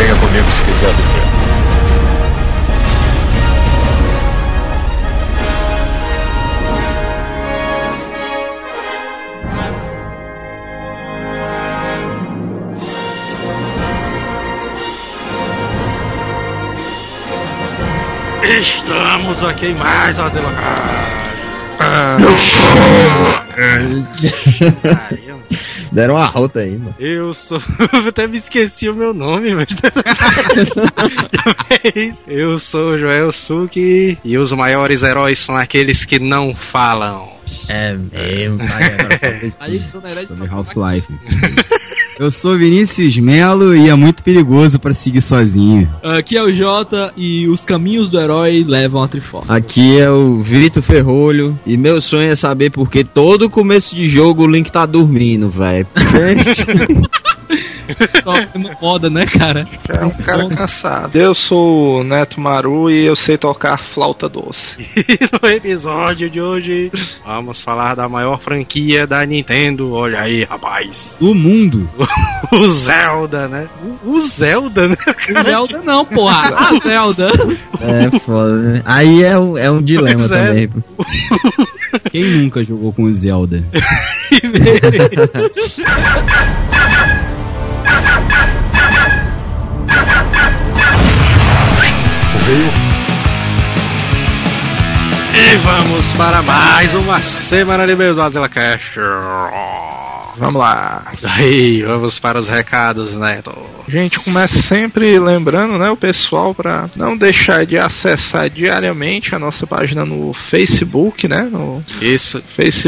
Venha comigo se quiser viver. Estamos aqui em mais uma Deram uma rota aí, mano. Eu sou... Eu até me esqueci o meu nome, mas... Eu sou o Joel Suki e os maiores heróis são aqueles que não falam. É mesmo, pai. Sobre Half-Life. Eu sou Vinícius Melo e é muito perigoso pra seguir sozinho. Aqui é o Jota e os caminhos do herói levam a Triforce. Aqui é o Vitor Ferrolho e meu sonho é saber por que todo começo de jogo o Link tá dormindo, velho. Só uma moda, né, cara? É um cara cansado. Eu sou o Neto Maru e eu sei tocar flauta doce. E no episódio de hoje vamos falar da maior franquia da Nintendo. Olha aí, rapaz. Do mundo. O Zelda, né? O Zelda, né? O Zelda não, porra. A Zelda. É foda, né? Aí é um dilema também. Quem nunca jogou com o Zelda? E vamos para mais uma semana de Bezazela Cast. Vamos lá. Aí, vamos para os recados, Neto. A gente começa sempre lembrando, né, o pessoal para não deixar de acessar diariamente a nossa página no Facebook, né? No Isso.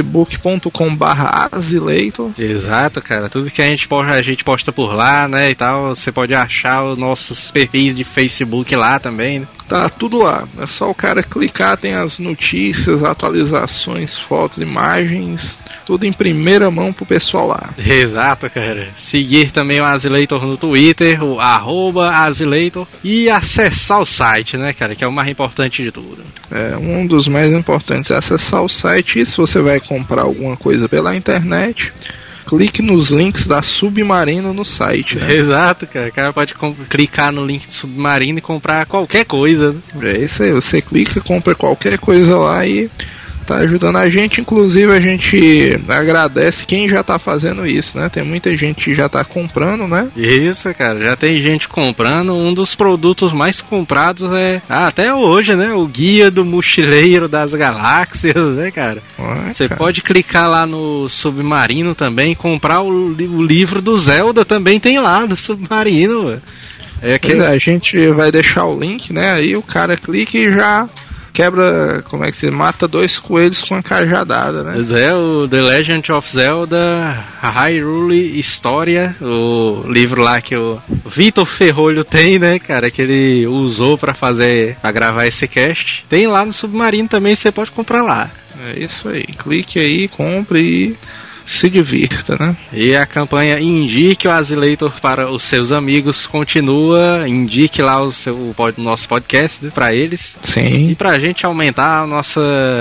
facebook.com/Azileitor. Exato, cara. Tudo que a gente posta por lá, né, e tal. Você pode achar os nossos perfis de Facebook lá também, né? Tá tudo lá. É só o cara clicar, tem as notícias, atualizações, fotos, imagens, tudo em primeira mão pro pessoal lá. Exato, cara. Seguir também o Azileitor no Twitter, o @Azileitor, e acessar o site, né, cara, que é o mais importante de tudo. É, um dos mais importantes é acessar o site. E se você vai comprar alguma coisa pela internet, clique nos links da Submarino no site, né? Exato, cara. O cara pode clicar no link de Submarino e comprar qualquer coisa, né? É isso aí, você clica, compra qualquer coisa lá e tá ajudando a gente. Inclusive a gente agradece quem já tá fazendo isso, né? Tem muita gente que já tá comprando, né? Isso, cara, já tem gente comprando. Um dos produtos mais comprados é, até hoje, né? O Guia do Mochileiro das Galáxias, né, cara? Você pode clicar lá no Submarino também e comprar o livro do Zelda, também tem lá do Submarino, velho. É aquele... A gente vai deixar o link, né? Aí o cara clica e já quebra, como é que se mata dois coelhos com uma cajadada, né? Pois é, o The Legend of Zelda Hyrule História, o livro lá que o Vitor Ferrolho tem, né, cara, que ele usou pra gravar esse cast. Tem lá no Submarino também, você pode comprar lá. É isso aí, clique aí, compre e se divirta, né? E a campanha Indique o Azileitor para os seus amigos continua. Indique lá o nosso podcast pra eles. Sim. E pra gente aumentar a nossa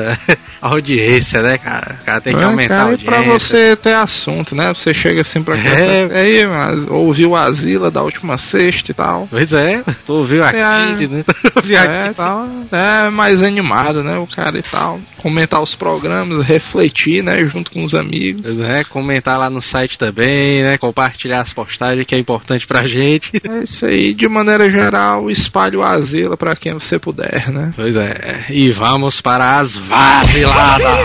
audiência, né, cara? O cara tem que aumentar a audiência. Pra você ter assunto, né? Você chega assim pra cá, aí, mas ouviu a Azila da última sexta e tal. Pois é, tu ouviu aqui, né? Tal. É mais animado, né? O cara e tal. Comentar os programas, refletir, né? Junto com os amigos. Pois é, comentar lá no site também, né? Compartilhar as postagens, que é importante pra gente. É isso aí, de maneira geral, espalhe o Azila pra quem você puder, né? Pois é, e vamos para as vaziladas.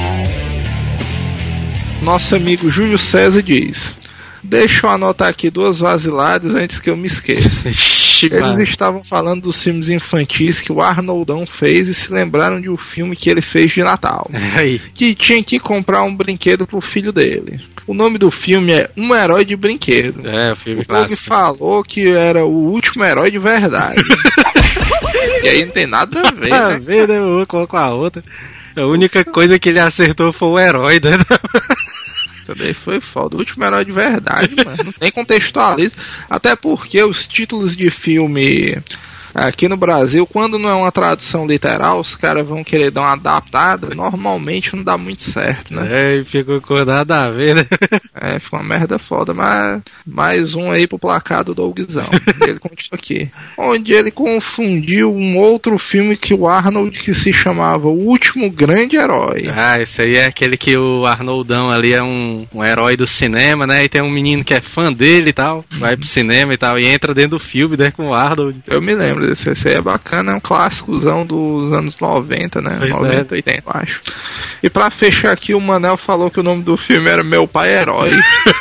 Nosso amigo Júlio César diz: deixa eu anotar aqui 2 vaziladas antes que eu me esqueça. Eles estavam falando dos filmes infantis que o Arnoldão fez e se lembraram de um filme que ele fez de Natal. Que tinha que comprar um brinquedo pro filho dele. O nome do filme é Um Herói de Brinquedo. É, o filme clássico. Ele falou que era o último herói de verdade. E aí não tem nada a ver, né? Ver, né? Uma com a outra. A única coisa que ele acertou foi o herói, né? Também foi foda. O último herói de verdade, mano. Não tem contextualiza. Até porque os títulos de filme Aqui no Brasil, quando não é uma tradução literal, os caras vão querer dar uma adaptada, normalmente não dá muito certo, né? E ficou com nada a ver, né? Ficou uma merda foda, mas mais um aí pro placar do Dougzão. Ele continua aqui. Onde ele confundiu um outro filme que o Arnold, que se chamava O Último Grande Herói. Esse aí é aquele que o Arnoldão ali é um herói do cinema, né? E tem um menino que é fã dele e tal, vai pro cinema e tal, e entra dentro do filme, né, com o Arnold. Eu me lembro desse, esse aí é bacana, é um clássicozão dos anos 90, né? Pois 90, 80, eu acho. E pra fechar aqui, o Manel falou que o nome do filme era Meu Pai Herói.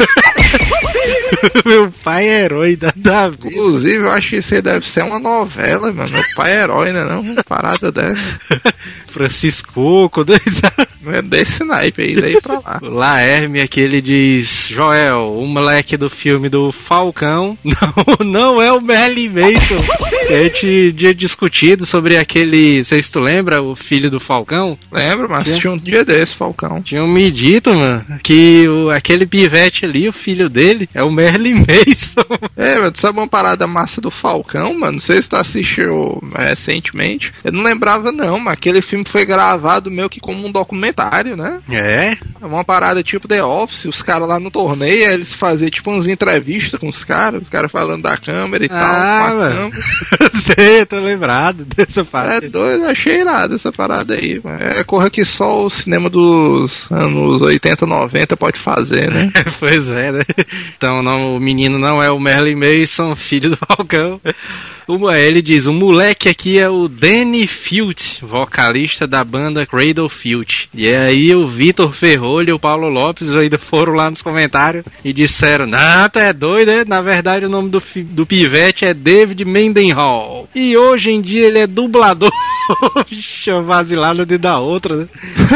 Meu Pai é herói da vida. Inclusive, eu acho que isso aí deve ser uma novela, mano. Meu Pai é herói, né? Não, uma parada dessa. Francisco Coco, desse naipe aí, daí pra lá. Laerme aqui, ele diz: Joel, o moleque do filme do Falcão não é o Merlin Mason. A gente tinha discutido sobre aquele, sei se tu lembra, o filho do Falcão? Lembro, mas tinha um dia desse, Falcão. Tinham me dito, mano, que aquele pivete ali, o filho dele, é o Merlin Mason. Mas tu sabe uma parada massa do Falcão, mano? Não sei se tu assistiu recentemente. Eu não lembrava não, mas aquele filme foi gravado meio que como um documentário, né? É uma parada tipo The Office, os caras lá no torneio, eles faziam tipo umas entrevistas com os caras falando da câmera e tal. Mano. Sei, eu tô lembrado dessa parada. É doido, achei irado essa parada aí, mano. É coisa que só o cinema dos anos 80, 90 pode fazer, né? Pois é, né? Então o menino não é o Merlin Mason, filho do Falcão. Ele diz: o moleque aqui é o Danny Field, vocalista da banda Cradle Field. E aí o Vitor Ferrolho e o Paulo Lopes ainda foram lá nos comentários e disseram: não, tá é doido, né? Na verdade o nome do pivete é David Mendenhall. E hoje em dia ele é dublador. Vixe, vacilada de da outra, né?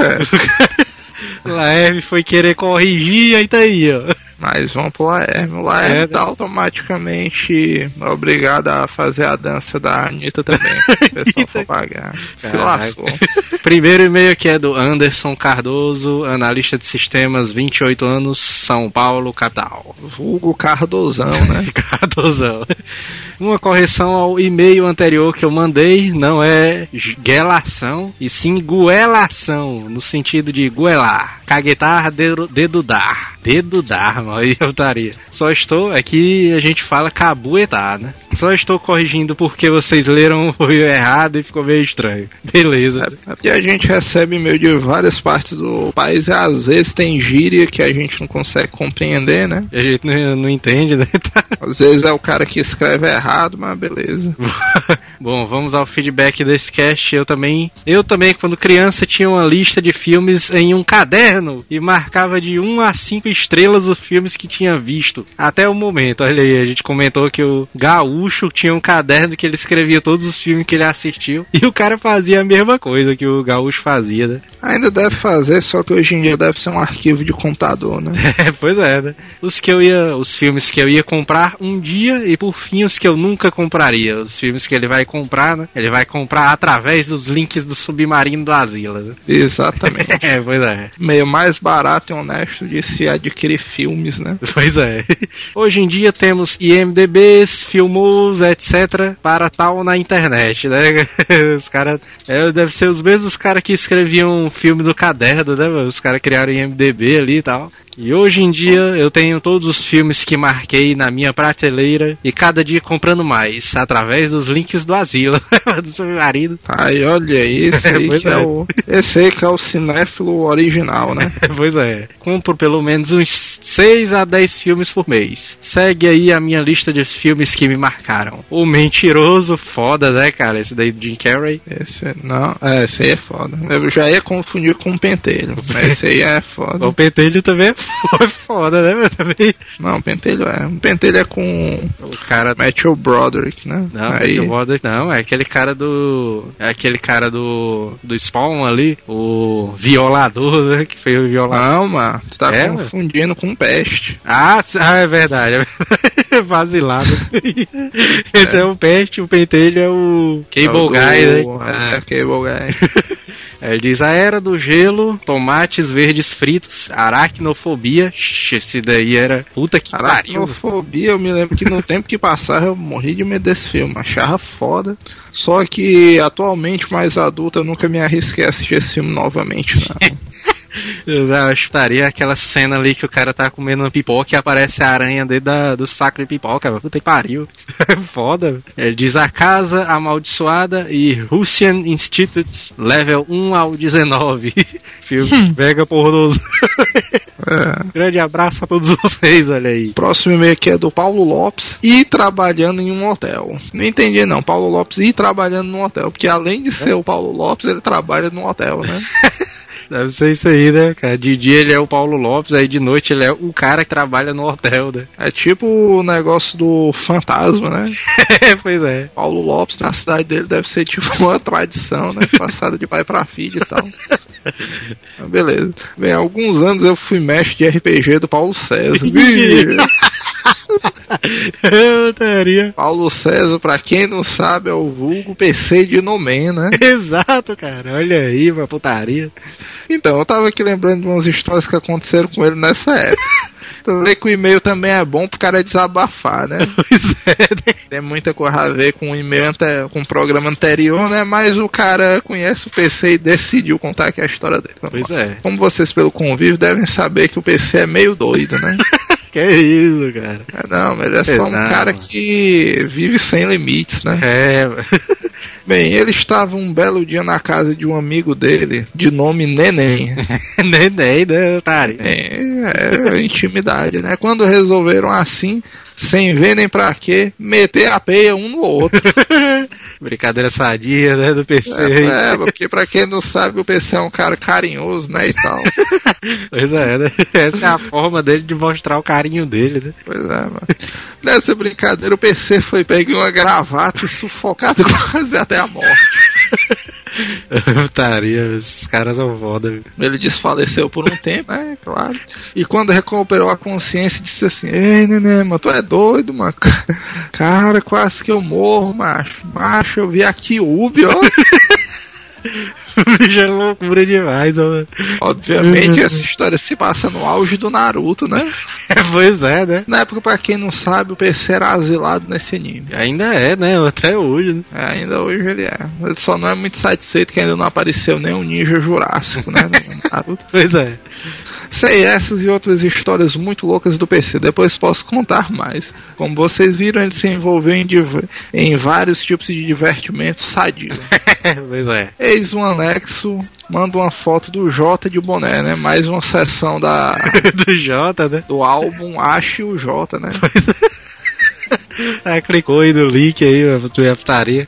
Laerme foi querer corrigir, aí tá aí, ó. Mas vamos pro Laerme. O Laerme tá automaticamente obrigado a fazer a dança da Anitta também. O pessoal for pagar. Se lascou. Primeiro e-mail aqui é do Anderson Cardoso, analista de sistemas, 28 anos, São Paulo, capital. Vulgo Cardozão, né? Cardozão. Uma correção ao e-mail anterior que eu mandei, não é guelação, e sim guelação, no sentido de guelar, caguetar, dedudar. Dedudar, mano, aí eu estaria. Só estou, aqui a gente fala cabuetar, né? Só estou corrigindo porque vocês leram errado e ficou meio estranho. Beleza. Porque a gente recebe e-mail de várias partes do país e às vezes tem gíria que a gente não consegue compreender, né? A gente não entende, né? Às vezes é o cara que escreve errado, mas beleza. Bom, vamos ao feedback desse cast. Eu também, quando criança, tinha uma lista de filmes em um caderno e marcava de 1 a 5 estrelas os filmes que tinha visto. Até o momento, olha aí, a gente comentou que o Gaúcho tinha um caderno que ele escrevia todos os filmes que ele assistiu e o cara fazia a mesma coisa que o Gaúcho fazia, né? Ainda deve fazer, só que hoje em dia deve ser um arquivo de computador, né? Pois é, né? Os filmes que eu ia comprar um dia e por fim os que eu nunca compraria. Os filmes que ele vai comprar, né? Ele vai comprar através dos links do Submarino do Asila, né? Exatamente. Pois é. Meio mais barato e honesto de se adquirir filmes, né? Pois é. Hoje em dia temos IMDBs, Filmos, etc. para tal na internet, né? Os caras... deve ser os mesmos caras que escreviam filme do caderno, né? Os caras criaram IMDB ali e tal. E hoje em dia eu tenho todos os filmes que marquei na minha prateleira e cada dia comprando mais, através dos links do Asilo, do Submarino. Ai, olha, esse aí que é o cinéfilo original, né? Pois é. Compro pelo menos uns 6 a 10 filmes por mês. Segue aí a minha lista de filmes que me marcaram. O Mentiroso, foda, né, cara? Esse daí do Jim Carrey. Esse aí é foda. Eu já ia confundir com o Pentelho, mas esse aí é foda. O Pentelho também é foda, né, meu? Também. Não, o Pentelho é com o cara Matthew Broderick, né? Não, Matthew Broderick não, é aquele cara do Spawn ali, o violador, né, que fez o violador. Não, mano, tu tá confundindo com Peste. É verdade. Vacilado. Esse é o Peste, o Pentelho é o Cable Guy, né? Cable Guy. Ele diz: a era do gelo, tomates verdes fritos, aracnofobia. Esse daí era puta que pariu. Aracnofobia, eu me lembro que no tempo que passava eu morri de medo desse filme, achava foda. Só que atualmente, mais adulto, eu nunca me arrisquei a assistir esse filme novamente, não. Eu estaria aquela cena ali que o cara tá comendo uma pipoca e aparece a aranha dentro do saco de pipoca. Puta que pariu. Foda. Ele diz: a casa amaldiçoada e Russian Institute, level 1 ao 19. Filme mega pornoso. Grande abraço a todos vocês, olha aí. Próximo e-mail aqui é do Paulo Lopes. E trabalhando em um hotel. Não entendi não, Paulo Lopes e trabalhando num hotel. Porque além de ser o Paulo Lopes, ele trabalha num hotel, né? Deve ser isso aí, né, cara? De dia ele é o Paulo Lopes, aí de noite ele é o cara que trabalha no hotel, né? É tipo o negócio do fantasma, né? Pois é. Paulo Lopes, na cidade dele, deve ser tipo uma tradição, né? Passada de pai pra filho e tal. Beleza. Bem, há alguns anos eu fui mestre de RPG do Paulo César. Paulo César, pra quem não sabe, é o vulgo PC de Nomen, né? Exato, cara. Olha aí, uma putaria. Então, eu tava aqui lembrando de umas histórias que aconteceram com ele nessa época. Tu vê que o e-mail também é bom pro cara desabafar, né? Pois é, né? Tem muita coisa a ver com o e-mail com o programa anterior, né? Mas o cara conhece o PC e decidiu contar aqui a história dele. Pois é. Como vocês pelo convívio devem saber que o PC é meio doido, né? Que isso, cara. Não, mas é só um cara que vive sem limites, né? Bem, ele estava um belo dia na casa de um amigo dele, de nome Neném. Neném, né, otário? É intimidade, né? Quando resolveram assim, sem ver nem pra quê, meter a peia um no outro. Brincadeira sadia, né, do PC. Porque pra quem não sabe, o PC é um cara carinhoso, né, e tal. Pois é, né? Essa é a forma dele de mostrar o carinho dele, né? Pois é, mano. Nessa brincadeira, o PC foi pego em uma gravata e sufocado quase até a morte. Putaria, esses caras são foda, viu? Ele desfaleceu por um tempo, né? Claro. E quando recuperou a consciência, disse assim: ei, neném, mano, tu é doido, mano. Cara, quase que eu morro, macho. Macho, eu vi aqui o Ubi, ó. Já é loucura demais, ó, mano. Obviamente essa história se passa no auge do Naruto, né? Pois é, né? Na época, pra quem não sabe, o PC era asilado nesse anime. Ainda é, né? Até hoje, né? Ainda hoje ele é. Ele só não é muito satisfeito que ainda não apareceu nem um ninja jurássico, né? Pois é. Sei essas e outras histórias muito loucas do PC, depois posso contar mais. Como vocês viram, ele se envolveu em vários tipos de divertimentos sadios. Pois é. Eis um anexo, manda uma foto do Jota de boné, né? Mais uma sessão do Jota, né? Do álbum Ache o Jota, né? Clicou aí no link aí, tu ia putaria.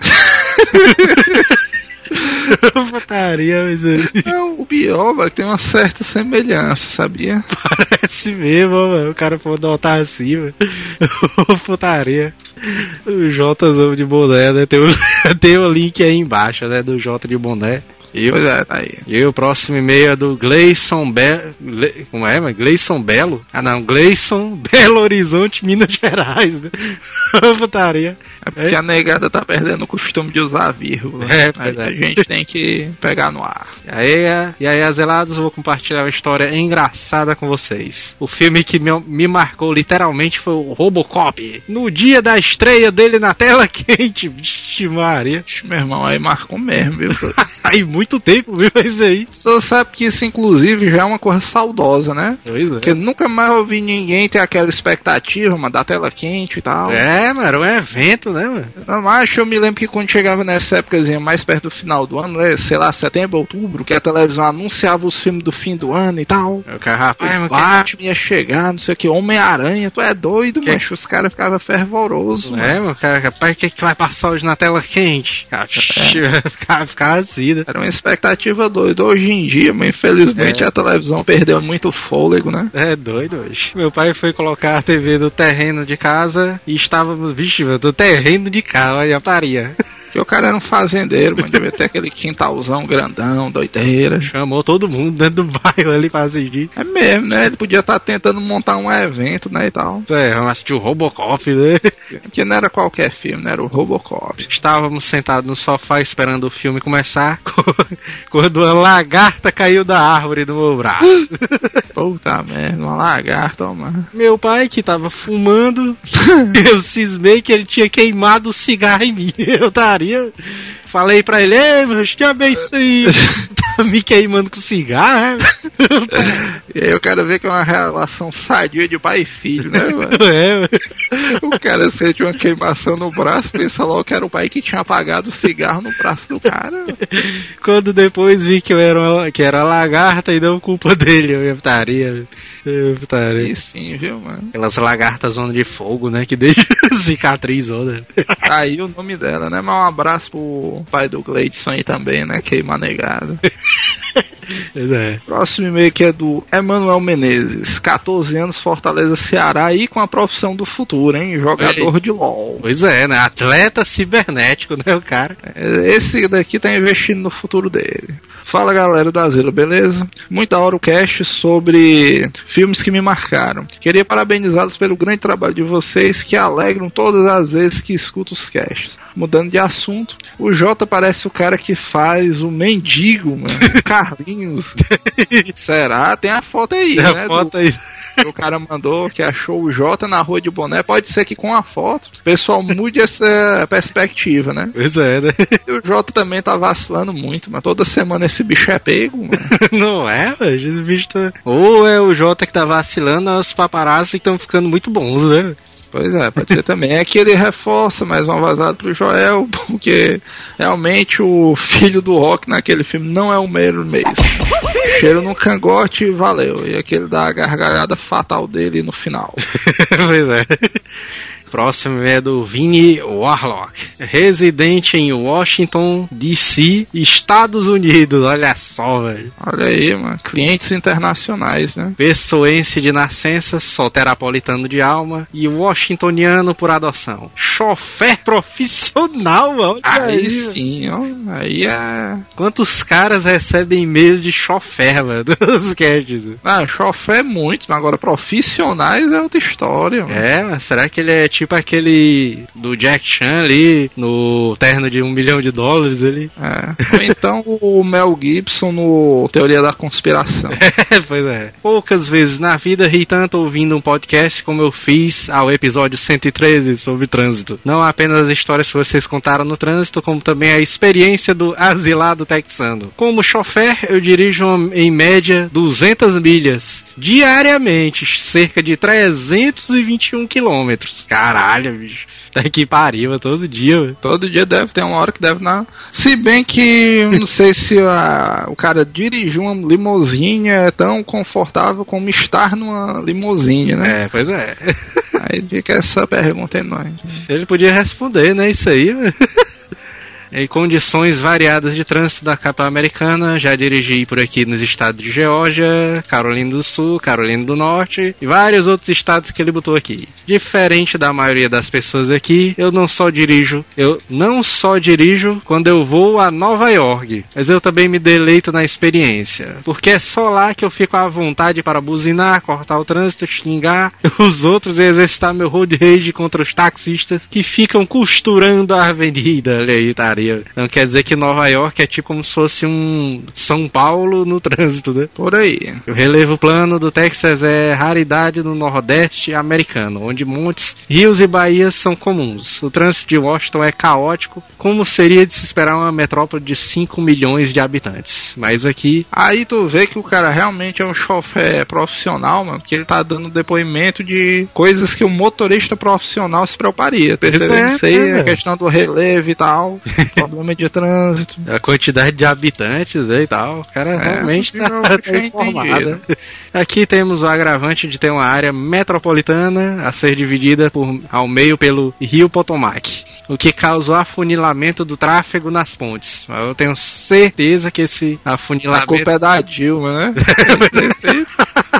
Putaria, mas aí. O Bioba tem uma certa semelhança, sabia? Parece mesmo, mano. O cara pode notar assim, mano. Putaria. O Jzão de boné, né? Tem o link aí embaixo, né? Do J de boné. E o próximo e-mail é do Gleison Belo. Como é, mano? Gleison Belo? Ah, não. Gleison Belo Horizonte, Minas Gerais, né? Putaria. É porque a negada tá perdendo o costume de usar vírgula. A gente tem que pegar no ar. E aí, azelados, eu vou compartilhar uma história engraçada com vocês. O filme que me marcou literalmente foi o Robocop. No dia da estreia dele na tela quente. Vixe, Maria. Meu irmão, aí marcou mesmo, viu? Aí muito tempo, viu? Isso aí. Você sabe que isso, inclusive, já é uma coisa saudosa, né? Pois é. Porque nunca mais ouvi ninguém ter aquela expectativa, mano, da tela quente e tal. Mano, era um evento, né, mano? Não, acho, eu me lembro que quando chegava nessa épocazinha, mais perto do final do ano, né, sei lá, setembro, outubro, que a televisão anunciava os filmes do fim do ano e tal. O cara, rapaz, o Batman ia chegar, não sei o que, Homem-Aranha, tu é doido, macho, os caras ficavam fervorosos. Mano, cara, rapaz, o que vai passar hoje na tela quente? Ficava assim, né? Era uma expectativa doida. Hoje em dia, mas infelizmente a televisão perdeu muito fôlego, né? É doido hoje. Meu pai foi colocar a TV no terreno de casa e estávamos, vixe, do terreno de casa, olha a putaria. Porque o cara era um fazendeiro, mano, devia ter aquele quintalzão grandão, doideira. Chamou todo mundo dentro do bairro ali pra assistir. É mesmo, né? Ele podia estar tentando montar um evento, né, e tal. Vamos assistir o Robocop, né? Que não era qualquer filme, né? Era o Robocop. Estávamos sentados no sofá esperando o filme começar, quando uma lagarta caiu da árvore do meu braço. Puta merda, uma lagarta, mano. Meu pai, que tava fumando, eu cismei que ele tinha queimado o cigarro em mim. Eu estaria... Falei pra ele, mas que bem isso aí. Tá me queimando com cigarro, né? E aí eu quero ver que é uma relação sadia de pai e filho, né, mano? O cara sente uma queimação no braço, pensa logo que era o pai que tinha apagado o cigarro no braço do cara. Quando depois vi que que era lagarta e não culpa dele, eu estaria. E sim, viu, mano? Aquelas lagartas zona de fogo, né? Que deixa cicatriz zona. Aí o nome dela, né? Mas um abraço pro pai do Gleidson aí também, né? Queima negado. Pois é. Próximo e-mail que é do Emanuel Menezes, 14 anos, Fortaleza, Ceará, e com a profissão do futuro, hein? Jogador de LOL. Pois é, né? Atleta cibernético, né, o cara? Esse daqui tá investindo no futuro dele. Fala, galera da Zila, beleza? Muito da hora o cast sobre filmes que me marcaram. Queria parabenizá-los pelo grande trabalho de vocês, que alegram todas as vezes que escuto os casts. Mudando de assunto, o Jota parece o cara que faz o mendigo, mano. Carlinhos. Será? Tem a foto aí, né? A foto aí. O cara mandou que achou o Jota na rua de boné. Pode ser que com a foto o pessoal mude essa perspectiva, né? Pois é, né? E o Jota também tá vacilando muito, mas toda semana esse bicho é pego, mano. Não é, velho? Esse bicho tá... Ou é o Jota que tá vacilando, ou os paparazzi que estão ficando muito bons, né? Pois é, pode ser também. É que ele reforça mais uma vazada pro Joel, porque realmente o filho do Rock naquele filme não é o mesmo. Cheiro no cangote e valeu. E aquele da gargalhada fatal dele no final. Pois é. Próximo é do Vini Warlock, residente em Washington, D.C., Estados Unidos. Olha só, velho. Olha aí, mano. Clientes internacionais, né? Pessoense de nascença, solterapolitano de alma e washingtoniano por adoção. Chofer profissional, mano. Aí sim, ó. Aí é... Quantos caras recebem e-mail de chofer, mano, dos casts? Ah, chofer é muito, mas agora profissionais é outra história, mano. É, mas será que ele é tipo aquele do Jack Chan ali, no terno de $1 milhão ali? É. Ou então o Mel Gibson no Teoria da Conspiração. Pois é. Poucas vezes na vida ri tanto ouvindo um podcast como eu fiz ao episódio 113 sobre trânsito. Não apenas as histórias que vocês contaram no trânsito, como também a experiência do asilado texano. Como chofer, eu dirijo em média 200 milhas diariamente, cerca de 321 quilômetros. Caralho, bicho. Tá que pariu, todo dia, velho. Todo dia deve ter uma hora que deve dar. Se bem que não sei se o cara dirigir uma limusine é tão confortável como estar numa limusine, né? É, pois é. Aí fica essa pergunta em nós. Ele podia responder, né? Isso aí, velho. Em condições variadas de trânsito da capital americana, já dirigi por aqui nos estados de Geórgia, Carolina do Sul, Carolina do Norte e vários outros estados que ele botou aqui. Diferente da maioria das pessoas aqui, eu não só dirijo quando eu vou a Nova York, mas eu também me deleito na experiência, porque é só lá que eu fico à vontade para buzinar, cortar o trânsito, xingar os outros e exercitar meu road rage contra os taxistas que ficam costurando a avenida. Olha aí, tá? Não quer dizer que Nova York é tipo como se fosse um São Paulo no trânsito, né? Por aí. O relevo plano do Texas é raridade no Nordeste americano, onde montes, rios e baías são comuns. O trânsito de Washington é caótico, como seria de se esperar uma metrópole de 5 milhões de habitantes. Mas aqui... Aí tu vê que o cara realmente é um chofer profissional, mano, porque ele tá dando depoimento de coisas que o motorista profissional se preocuparia. Isso aí, a questão do relevo e tal... Problema de trânsito. A quantidade de habitantes, né, e tal. O cara realmente tá informado. Aqui temos o agravante de ter uma área metropolitana a ser dividida ao meio pelo Rio Potomac, o que causou afunilamento do tráfego nas pontes. Eu tenho certeza que esse afunilamento... A culpa é da Dilma, né?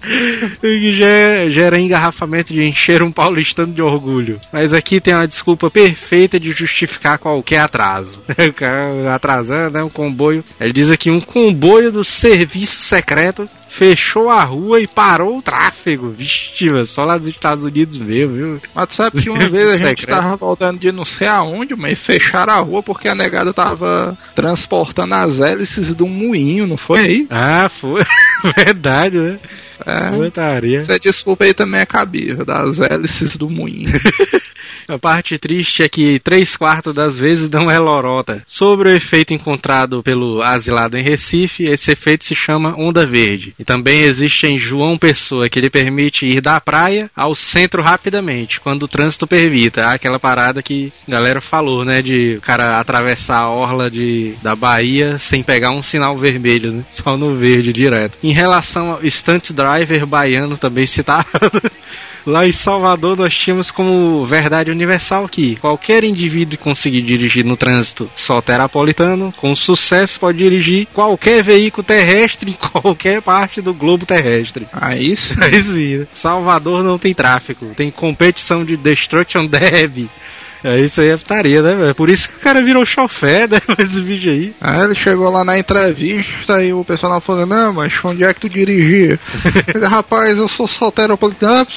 Que gera engarrafamento de encher um paulistano de orgulho. Mas aqui tem uma desculpa perfeita de justificar qualquer atraso. O cara atrasando, né? Um comboio. Ele diz aqui, um comboio do serviço secreto fechou a rua e parou o tráfego. Vixe, só lá dos Estados Unidos mesmo, viu? Mas sabe que uma vez a gente tava voltando de não sei aonde, mas fecharam a rua porque a negada tava transportando as hélices de um moinho, não foi aí? Ah, foi. Verdade, né? Essa desculpa aí também é cabível, das hélices do moinho. A parte triste é que 3/4 das vezes não é lorota. Sobre o efeito encontrado pelo asilado em Recife, esse efeito se chama onda verde. E também existe em João Pessoa, que ele permite ir da praia ao centro rapidamente, quando o trânsito permita. Aquela parada que a galera falou, né, de o cara atravessar a orla da Bahia sem pegar um sinal vermelho, né, só no verde direto. Em relação ao stunt driver baiano também citado, lá em Salvador nós tínhamos como verdade universal que qualquer indivíduo que conseguir dirigir no trânsito soteropolitano, com sucesso pode dirigir qualquer veículo terrestre em qualquer parte do globo terrestre. Aí sim. Aí sim. Salvador não tem tráfego, tem competição de Destruction Derby. Isso aí é putaria, né, velho? Por isso que o cara virou chofé, né, esse vídeo aí. Aí ele chegou lá na entrevista e o pessoal falou, não, mas onde é que tu dirigia? Ele, rapaz, eu sou soteropolitano.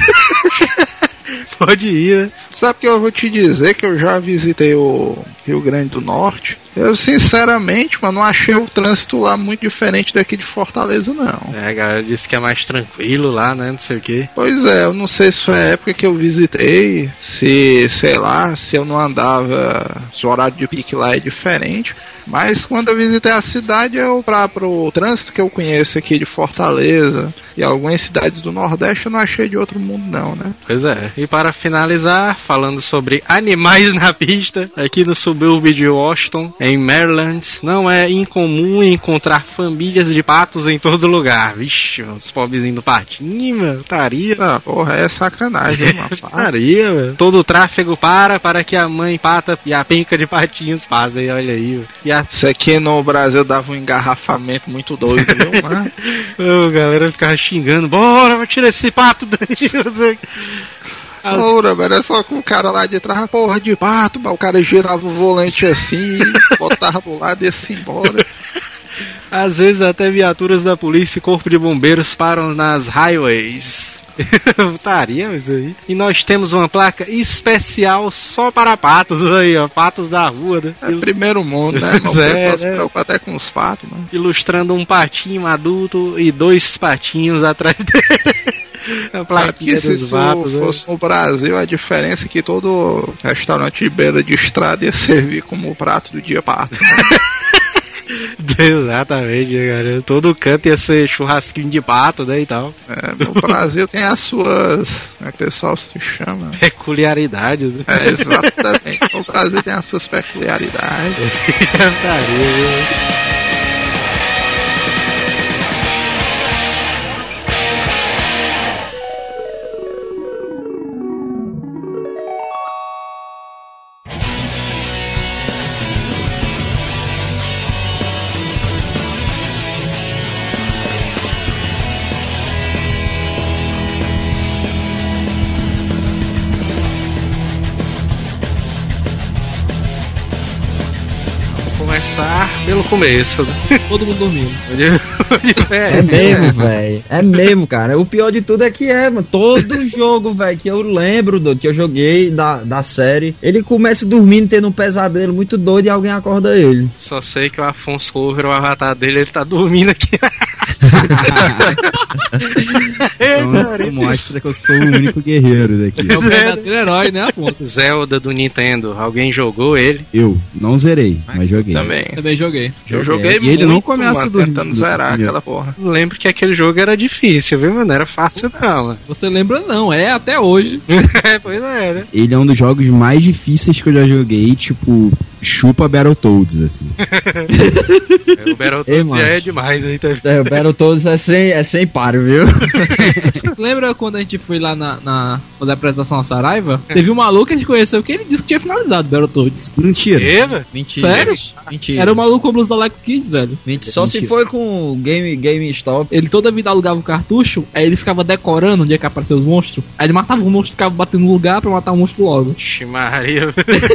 Pode ir, né? Sabe que eu vou te dizer que eu já visitei o Rio Grande do Norte. Eu, sinceramente, mano, não achei o trânsito lá muito diferente daqui de Fortaleza, não. A galera disse que é mais tranquilo lá, né, não sei o quê. Pois é, eu não sei se foi a época que eu visitei, se, sei lá, se eu não andava, se o horário de pique lá é diferente. Mas quando eu visitei a cidade, pro trânsito que eu conheço aqui de Fortaleza e algumas cidades do Nordeste, eu não achei de outro mundo não, né? Pois é, e para finalizar, falando sobre animais na pista, aqui no subúrbio de Washington, em Maryland, não é incomum encontrar famílias de patos em todo lugar. Vixe, os pobrezinhos do patinho, mano, taria. Ah, porra, é sacanagem, mano. Taria, mano. Todo o tráfego para que a mãe pata e a penca de patinhos passem, olha aí, mano. Isso aqui no Brasil dava um engarrafamento muito doido, viu, mano? A galera ficava xingando, bora, vai tirar esse pato daí. Ora, velho, é só com o cara lá de trás, porra de pato, mas o cara girava o volante assim, botava pro lado e ia se embora. Às vezes até viaturas da polícia e corpo de bombeiros param nas highways. Putaria isso aí. E nós temos uma placa especial só para patos aí, ó. Patos da rua, né? É primeiro mundo, né? O pessoal se preocupa até com os patos, mano. Ilustrando um patinho adulto e 2 patinhos atrás dele. Sabe que se isso fosse no Brasil, a diferença é que todo restaurante de beira de estrada ia servir como prato do dia pato, né? Exatamente, cara. Todo canto ia ser churrasquinho de pato, né, e tal. No Brasil tem as suas... Como é que o pessoal se chama? Peculiaridades. Né? Exatamente. No Brasil tem as suas peculiaridades. Começar pelo começo, né? Todo mundo dormindo. É mesmo, velho. É mesmo, cara. O pior de tudo é que mano. Todo jogo, velho, que eu lembro, que eu joguei da série, ele começa dormindo, tendo um pesadelo muito doido e alguém acorda ele. Só sei que o Afonso Cover, o avatar dele, ele tá dormindo aqui. Nossa, mostra que eu sou o único guerreiro daqui. É o verdadeiro herói, né, Afonso? Zelda do Nintendo. Alguém jogou ele? Eu não zerei, mas joguei. Também joguei. Eu joguei muito, e ele não começa tentando zerar aquela porra. Lembro que aquele jogo era difícil, viu, mano? Não era fácil não, mano. Você lembra não, até hoje. Pois é, né? Ele é um dos jogos mais difíceis que eu já joguei, tipo, chupa Battletoads, assim. O Battletoads já é demais aí, tá? O Battletoads é sem páreo, viu? Lembra quando a gente foi lá na apresentação da Saraiva? Teve um maluco que a gente conheceu que ele disse que tinha finalizado o Battletoads. Mentira. Mentira. Sério? Mentira. Era o maluco com blues da Alex Kids, velho. Só se foi com o GameStop. Ele toda vida alugava o cartucho, aí ele ficava decorando onde é que apareceu os monstros. Aí ele matava o monstro e ficava batendo no lugar pra matar o monstro logo. Ixi, Maria.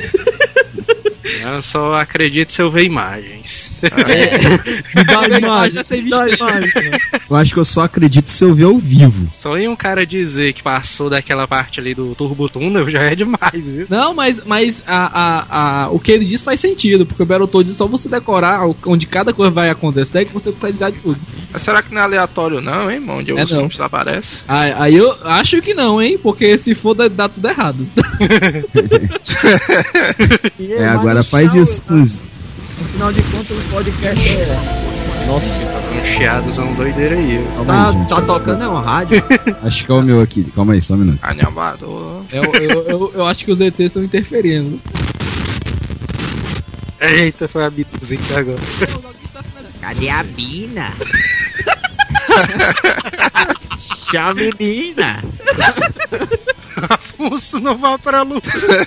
Eu só acredito se eu ver imagens. Me dá imagem. Eu acho que eu só acredito se eu ver ao vivo. Só em um cara dizer que passou daquela parte ali do Turbo Tunnel já é demais, viu? Não, mas o que ele diz faz sentido, porque o Battletoads é só você decorar onde cada coisa vai acontecer que você consegue ligar de tudo. Mas será que não é aleatório não, hein, onde os monstros aparecem? Aí eu acho que não, hein, porque se for dá tudo errado. Agora faz isso. No final de contas, o podcast é... Nossa, um chiado, são doideira aí. Tá tocando, é uma rádio? Acho que é o meu aqui. Calma aí, só um minuto. Animador. Eu acho que os ETs estão interferindo. Eita, foi a Bituzinha agora. Cadê a Bina? Tchau, menina. Afonso não vai pra lua.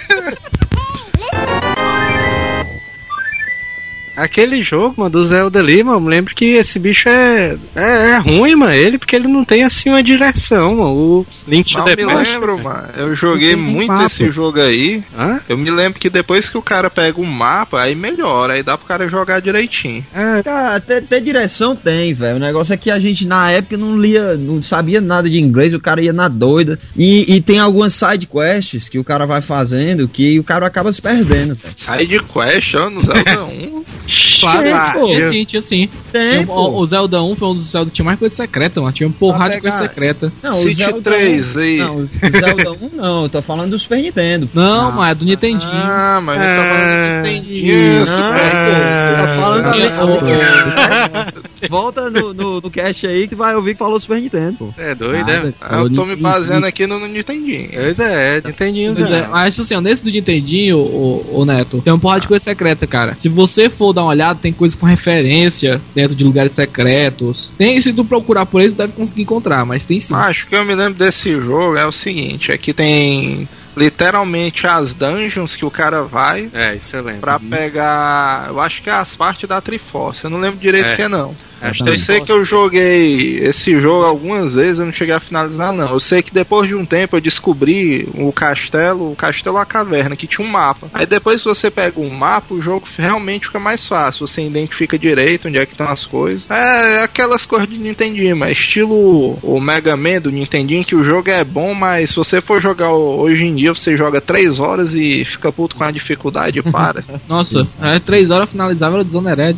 Aquele jogo, mano, do Zelda ali, mano, eu me lembro que esse bicho é ruim, mano, porque ele não tem, assim, uma direção, mano. O Link to the Past. Eu me lembro, mano, eu joguei muito esse jogo aí. Hã? Eu me lembro que depois que o cara pega o mapa, aí melhora, aí dá pro cara jogar direitinho. Cara, até direção tem, velho. O negócio é que a gente, na época, não sabia nada de inglês, o cara ia na doida. E tem algumas side quests que o cara vai fazendo que o cara acaba se perdendo, velho. Side quest, ó, no Zelda 1. Claro, tinha sim. O Zelda 1 foi um dos Zelda que tinha mais coisa secreta, mano. Tinha um porrada de coisa secreta. Não, o Zelda 3 aí. Não, o Zelda 1 não, eu tô falando do Super Nintendo. Não, mas é do Nintendinho. Ah, mas eu tô falando do Nintendinho. Tô falando volta no cast aí que vai ouvir que falou Super Nintendo, pô. É doido, né? Eu tô me baseando aqui no Nintendinho. Pois Nintendinho. Mas assim, nesse do Nintendinho, o Neto, tem um porrada de coisa secreta, cara. Se você for dar uma olhada, tem coisa com referência dentro de lugares secretos. Se tu procurar por ele, tu deve conseguir encontrar, mas tem sim. Acho que eu me lembro desse jogo, é o seguinte, aqui tem literalmente as dungeons que o cara vai. Isso eu lembro. Pra pegar, eu acho que é as partes da Triforce, eu não lembro direito o que é não. Eu sei que eu joguei esse jogo algumas vezes, eu não cheguei a finalizar não. Eu sei que depois de um tempo eu descobri o castelo a caverna, que tinha um mapa. Aí depois que você pega um mapa, o jogo realmente fica mais fácil. Você identifica direito onde é que estão as coisas. É aquelas coisas de Nintendinho, mas estilo o Mega Man do Nintendinho, que o jogo é bom, mas se você for jogar hoje em dia, você joga 3 horas e fica puto com a dificuldade e para. Nossa, 3 horas finalizava era Dishonored.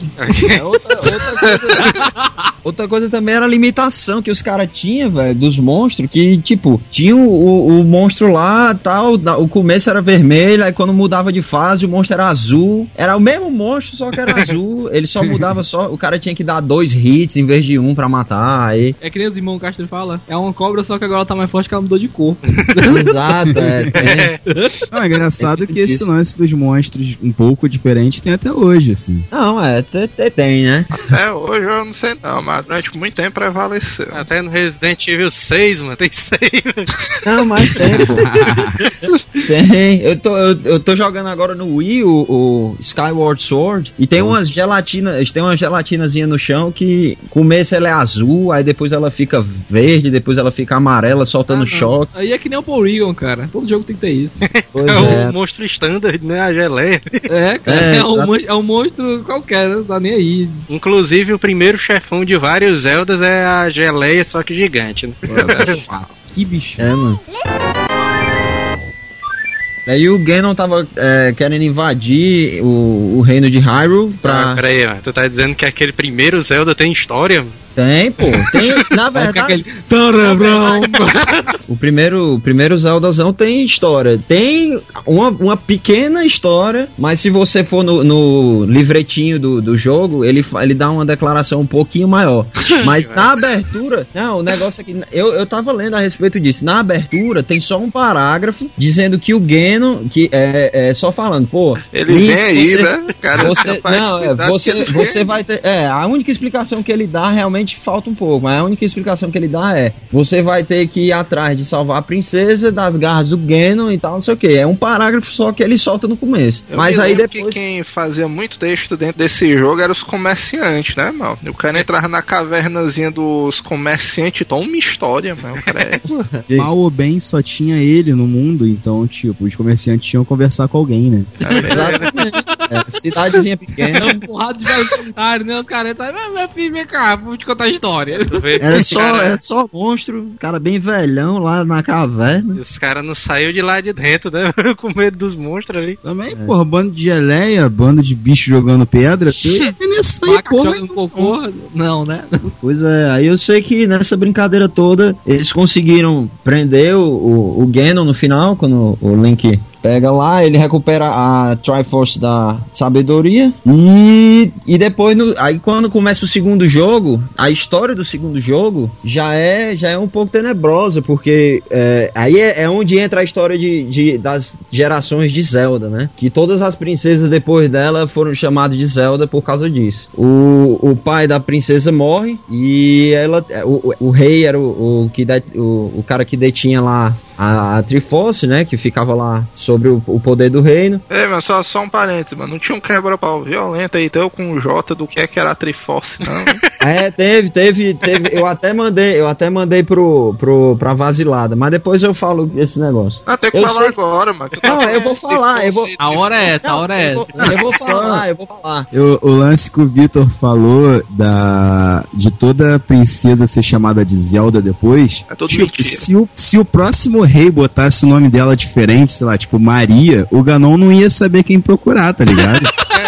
Outra coisa também era a limitação que os caras tinham, velho, dos monstros, que, tipo, tinha o monstro lá, tal, o começo era vermelho, aí quando mudava de fase, o monstro era azul. Era o mesmo monstro, só que era azul. Ele só mudava o cara tinha que dar 2 hits em vez de 1 pra matar, aí... É que nem os irmãos Castro fala, é uma cobra, só que agora ela tá mais forte que ela mudou de cor. Exato, É engraçado que esse lance dos monstros um pouco diferente tem até hoje, assim. Não, tem, né? Até hoje eu não sei não, mas durante muito tempo prevaleceu. Até no Resident Evil 6, mano, tem 6. Não, mas tem, pô. Tem. Eu tô jogando agora no Wii o Skyward Sword e tem umas gelatinazinhas no chão que começo ela é azul, aí depois ela fica verde, depois ela fica amarela, soltando choque. Aí é que nem o Porygon, cara. Todo jogo tem que ter isso. O monstro standard, né? A geleia. Cara. É um monstro qualquer, não tá nem aí. Inclusive, o primeiro chefão de vários Zeldas é a geleia, só que gigante, né? Que bicho. Mano. Aí o Ganon tava querendo invadir o reino de Hyrule pra... Peraí, tu tá dizendo que aquele primeiro Zelda tem história? Tem, pô. Tem, na verdade... O primeiro Zeldazão tem história. Tem uma pequena história, mas se você for no livretinho do jogo, ele dá uma declaração um pouquinho maior. Mas na abertura... Não, o negócio aqui... Eu tava lendo a respeito disso. Na abertura tem só um parágrafo dizendo que o Ganon... Que só falando, pô... Ele Link, vem aí, né? Cara, você vai ter... a única explicação que ele dá realmente falta um pouco, mas a única explicação que ele dá você vai ter que ir atrás de salvar a princesa das garras do Ganon e tal, não sei o que. É um parágrafo só que ele solta no começo. Mas aí depois... que quem fazia muito texto dentro desse jogo eram os comerciantes, né, mano? O cara entrava na cavernazinha dos comerciantes, então uma história, mano. Mal ou bem só tinha ele no mundo, então, tipo, os comerciantes tinham que conversar com alguém, né? Exatamente. Cidadezinha pequena. Um porrada de velho solitário, né? Os caras tá, meu filho, vem cá, vou te contar a história. Era só monstro, cara bem velhão lá na caverna. E os caras não saíram de lá de dentro, né? Com medo dos monstros ali. Também, porra, bando de geleia, bando de bicho jogando pedra, jogando cocô, não, né? Pois é, aí eu sei que nessa brincadeira toda eles conseguiram prender o Ganon no final, quando o Link pega lá, ele recupera a Triforce da sabedoria e depois, aí quando começa o segundo jogo, a história do segundo jogo já é um pouco tenebrosa, porque aí é onde entra a história das gerações de Zelda, né? Que todas as princesas depois dela foram chamadas de Zelda por causa disso. O pai da princesa morre e o rei era o cara que detinha lá a Triforce, né? Que ficava lá sobre o poder do reino. Mas só um parênteses, mano. Não tinha um quebra-pau violento aí, então com o J do que era a Triforce, não. Teve. Eu até mandei pra Vasilada, mas depois eu falo esse negócio. Tem que falar agora, mano. Eu vou falar. A hora é essa, Eu vou falar. O lance que o Vitor falou de toda princesa ser chamada de Zelda depois, se o próximo rei botasse o nome dela diferente, sei lá, tipo Maria, o Ganon não ia saber quem procurar, tá ligado?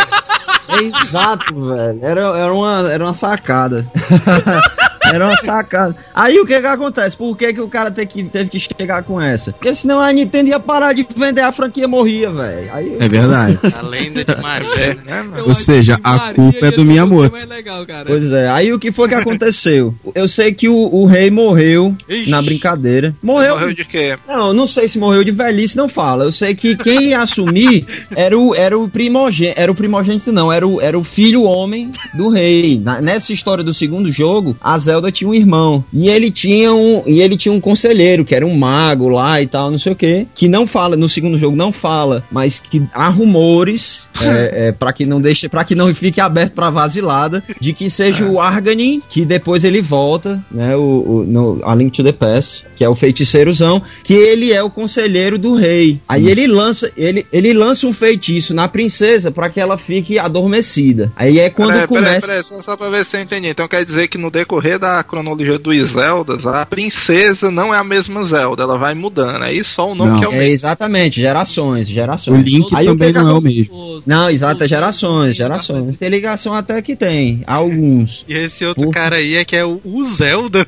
Exato, velho. Era uma sacada. Era uma sacada. Aí o que acontece? Por que o cara teve que chegar com essa? Porque senão a Nintendo ia parar de vender a franquia e morria, velho. É verdade. A lenda de Maria, né, mano? Ou seja, a culpa é do Miyamoto. Legal, cara. Pois é. Aí o que foi que aconteceu? Eu sei que o rei morreu na brincadeira. Morreu de quê? Não sei se morreu de velhice, não fala. Eu sei que quem ia assumir era o primogênito. Era o primogênito, não. Era o filho homem do rei. Nessa história do segundo jogo, a Zelda tinha um irmão. E ele tinha um conselheiro, que era um mago lá e tal, não sei o que não fala, no segundo jogo não fala, mas que há rumores, pra que não fique aberto pra vasilada, de que seja o Arganin, que depois ele volta, né, A Link to the Past, que é o feiticeirozão, que ele é o conselheiro do rei. Aí ele lança um feitiço na princesa pra que ela fique adormecida. Aí é quando começa... Peraí, só pra ver se eu entendi. Então quer dizer que no decorrer da cronologia dos Zeldas, a princesa não é a mesma Zelda, ela vai mudando. Aí só o nome que é o mesmo. Exatamente, gerações. O Link aí também não é o mesmo. Não, exato, é gerações. Tem ligação até que tem, alguns. E esse outro cara aí que é o Zelda.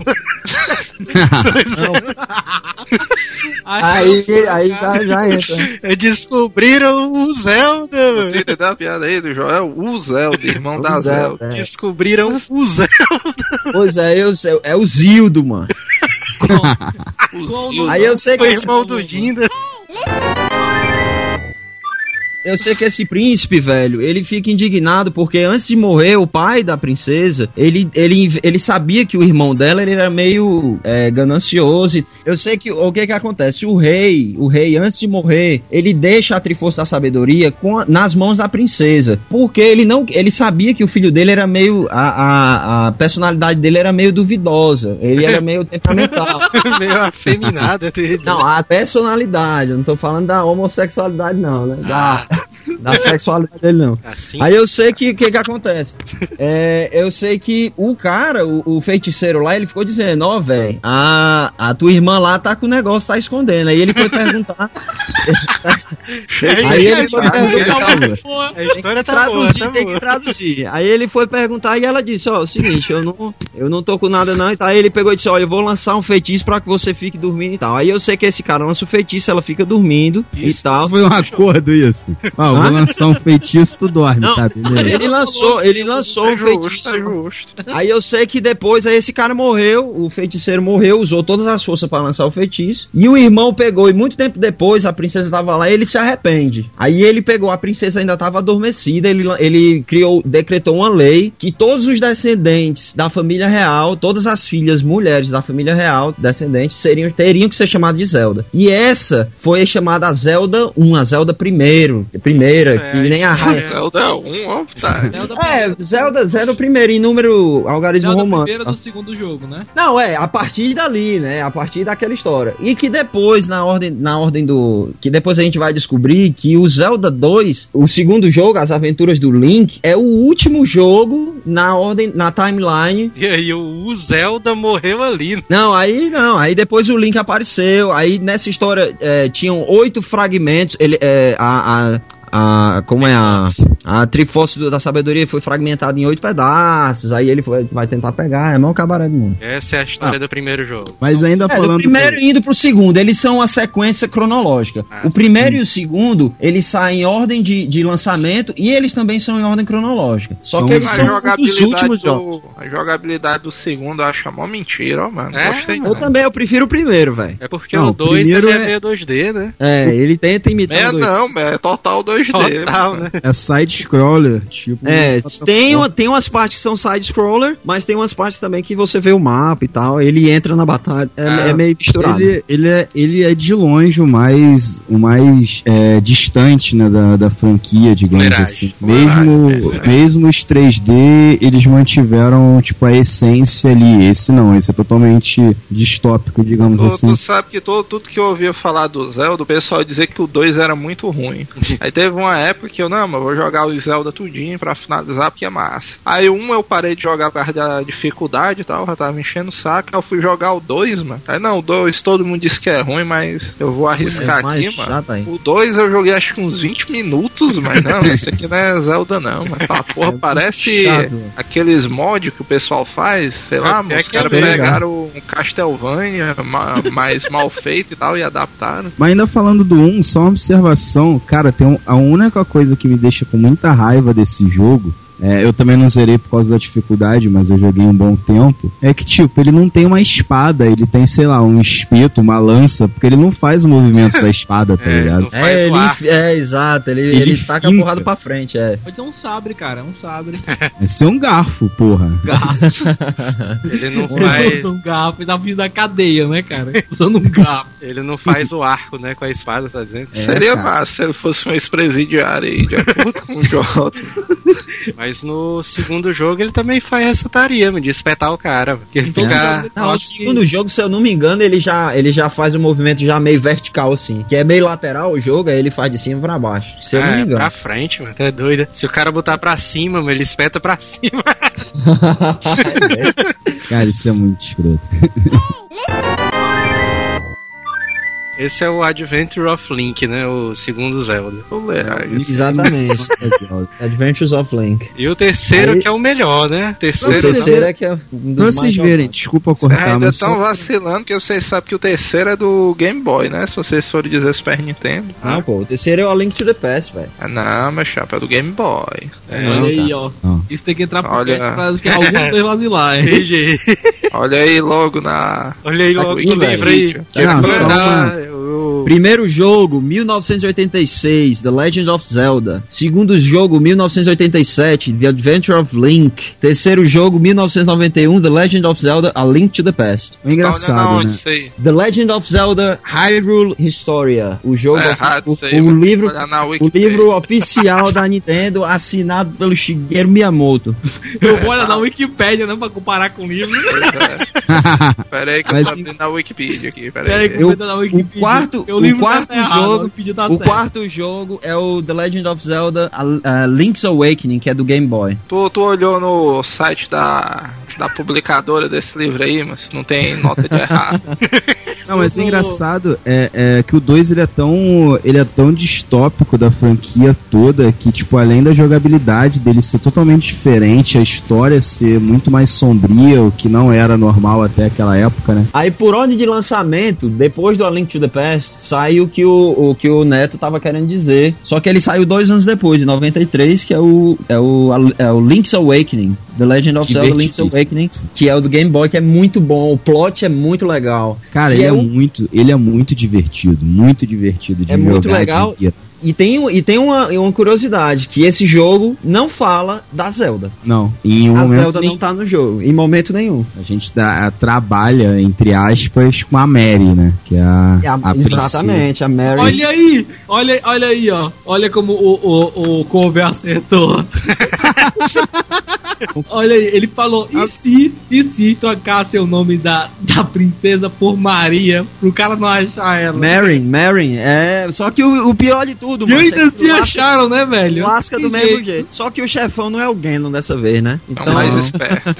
Aí já entra. Descobriram o Zelda, mano. Você entendeu a piada aí do Joel? O Zelda, irmão da Zelda. Descobriram o Zelda. Pois é o Zildo, mano. Aí eu sei que o irmão do Dinda. Eu sei que esse príncipe, velho, ele fica indignado porque antes de morrer, o pai da princesa, ele sabia que o irmão dela ele era meio ganancioso. Eu sei que o que acontece? O rei, antes de morrer, ele deixa a Triforce da Sabedoria nas mãos da princesa. Porque ele sabia que o filho dele era meio... A personalidade dele era meio duvidosa. Ele era meio temperamental. Meio afeminada. Não, a personalidade. Eu não tô falando da homossexualidade, não, né? Da sexualidade dele, não. Assim, aí eu sei que o que acontece? Eu sei que o cara, o feiticeiro lá, ele ficou dizendo, velho, a tua irmã lá tá com o negócio, tá escondendo. Aí ele foi perguntar Aí ele foi perguntar, a história tá boa, tem que traduzir. Aí ele foi perguntar e ela disse, ó, o seguinte, eu não tô com nada não. Aí ele pegou e disse, olha, eu vou lançar um feitiço pra que você fique dormindo e tal. Aí eu sei que esse cara lança o feitiço, ela fica dormindo e tal. Isso foi um acordo isso. Ó, vou lançar um feitiço, tu dorme, não, tá? Beleza. Ele lançou um feitiço. Aí eu sei que depois aí esse cara morreu, o feiticeiro morreu, usou todas as forças pra lançar o feitiço. E o irmão pegou e muito tempo depois a princesa tava lá e ele se arrepende. Aí ele pegou, a princesa ainda tava adormecida, ele decretou uma lei que todos os descendentes da família real, todas as filhas mulheres da família real, descendentes, teriam que ser chamadas de Zelda. E essa foi chamada a Zelda 1, a Zelda primeira, que nem a raia. Zelda 1, ó, tá. Zelda primeiro, em número algarismo Zelda romano. primeira do segundo jogo, né? Não, a partir dali, né? A partir daquela história. E que depois, na ordem do... Que depois a gente vai descobrir que o Zelda 2, o segundo jogo, As Aventuras do Link, é o último jogo na timeline. E aí o Zelda morreu ali. Não. Aí depois o Link apareceu. Aí nessa história tinham 8 fragmentos. A Triforce da Sabedoria foi fragmentada em 8 pedaços. Aí ele vai tentar pegar. É mó cabaré do mundo. Essa é a história do primeiro jogo. Mas ainda falando... do primeiro indo pro segundo. Eles são uma sequência cronológica. O primeiro e o segundo, eles saem em ordem de lançamento. E eles também são em ordem cronológica. Só que eles são os últimos jogos. A jogabilidade do segundo eu acho mó mentira, ó, mano. Gostei. Eu prefiro o primeiro, velho. É porque o 2 é meio 2D, né? Ele tenta imitar o 2. É total 2D. Total, né? É side-scroller, tipo... Tem umas partes que são side-scroller, mas tem umas partes também que você vê o mapa e tal, ele entra na batalha, é meio misturado. Ele é de longe o mais distante, né, da franquia, digamos assim. Mesmo os 3D, eles mantiveram, tipo, a essência ali. Esse é totalmente distópico, digamos assim. Tu sabe que tudo que eu ouvia falar do Zelda, o pessoal dizia que o 2 era muito ruim. Aí teve uma época que eu vou jogar o Zelda tudinho pra finalizar, porque é massa. Aí eu parei de jogar por causa da dificuldade e tal, já tava enchendo o saco. Aí eu fui jogar o 2, mano. Aí o 2 todo mundo disse que é ruim, mas eu vou arriscar aqui, mano. O 2 eu joguei acho que uns 20 minutos, mas não, esse aqui não é Zelda não, mano. Tá, porra, parece aqueles mods que o pessoal faz, sei lá, os caras pegaram um Castlevania mais mal feito e tal e adaptaram. Mas ainda falando do 1, só uma observação, cara, a única coisa que me deixa com muita raiva desse jogo, eu também não zerei por causa da dificuldade, mas eu joguei um bom tempo, é que, tipo, ele não tem uma espada, ele tem, sei lá, um espeto, uma lança, porque ele não faz o movimento da espada, tá ligado? Exato, ele taca a porrada pra frente, Pode ser um sabre, cara, um sabre. É ser um garfo, porra. Garfo. Ele não faz... um garfo, ele tá vindo da cadeia, né, cara? Usando um garfo. Ele não faz o arco, né, com a espada, tá dizendo? Seria massa se ele fosse um ex-presidiário aí, de acordo com o jogo. Mas no segundo jogo ele também faz essa tarefa de espetar o cara. Porque ele fica... No segundo jogo, se eu não me engano, ele já faz um movimento já meio vertical, assim. Que é meio lateral o jogo, aí ele faz de cima pra baixo. Se eu não me engano. Pra frente, mano. É doido. Se o cara botar pra cima, ele espeta pra cima. Cara, isso é muito escroto. Esse é o Adventure of Link, né? O segundo Zelda. Exatamente. Adventures of Link. E o terceiro que é o melhor, né? O terceiro é que é um dos vocês verem, desculpa cortar, ainda estão vacilando, porque vocês sabem que o terceiro é do Game Boy, né? Se vocês forem dizer Super Nintendo. O terceiro é o A Link to the Past, velho. Não, meu chapa, é do Game Boy. Olha aí, ó. Isso tem que entrar pro cast pra algum vai vacilar, hein? Olha aí logo no livro aí. Primeiro jogo, 1986, The Legend of Zelda. Segundo jogo, 1987, The Adventure of Link. Terceiro jogo, 1991, The Legend of Zelda, A Link to the Past. É engraçado, né? The Legend of Zelda, Hyrule Historia. O jogo, o livro oficial da Nintendo, assinado pelo Shigeru Miyamoto. Eu vou olhar na Wikipédia, né, pra comparar com o livro. Pera aí que eu tô abrindo na Wikipedia aqui. O quarto jogo é o The Legend of Zelda Link's Awakening, que é do Game Boy. Tu olhou no site da publicadora desse livro aí, mas não tem nota de errado. Não, mas o engraçado é que o 2 ele é tão distópico da franquia toda que, tipo, além da jogabilidade dele ser totalmente diferente, a história ser muito mais sombria, o que não era normal até aquela época, né? Aí, por ordem de lançamento, depois do A Link to the Past, saiu o que o Neto tava querendo dizer. Só que ele saiu 2 anos depois, em 93, que é o Link's Awakening. The Legend of Zelda Link's Awakening, que é o do Game Boy, que é muito bom, o plot é muito legal. Cara, ele é muito divertido de jogar. É muito legal. E tem uma curiosidade, que esse jogo não fala da Zelda. Não. A Zelda não tá no jogo, em momento nenhum. A gente trabalha, entre aspas, com a Mary, né? Que é a exatamente, a Mary. Olha aí, ó. Olha como o Kobe acertou. Olha aí, ele falou, e se trocasse o nome da princesa por Maria, pro cara não achar ela? Mary, só que o pior de tudo, mano. E ainda se acharam, né, velho? Lasca do mesmo jeito. Só que o chefão não é o Ganon dessa vez, né? Então, mais esperto.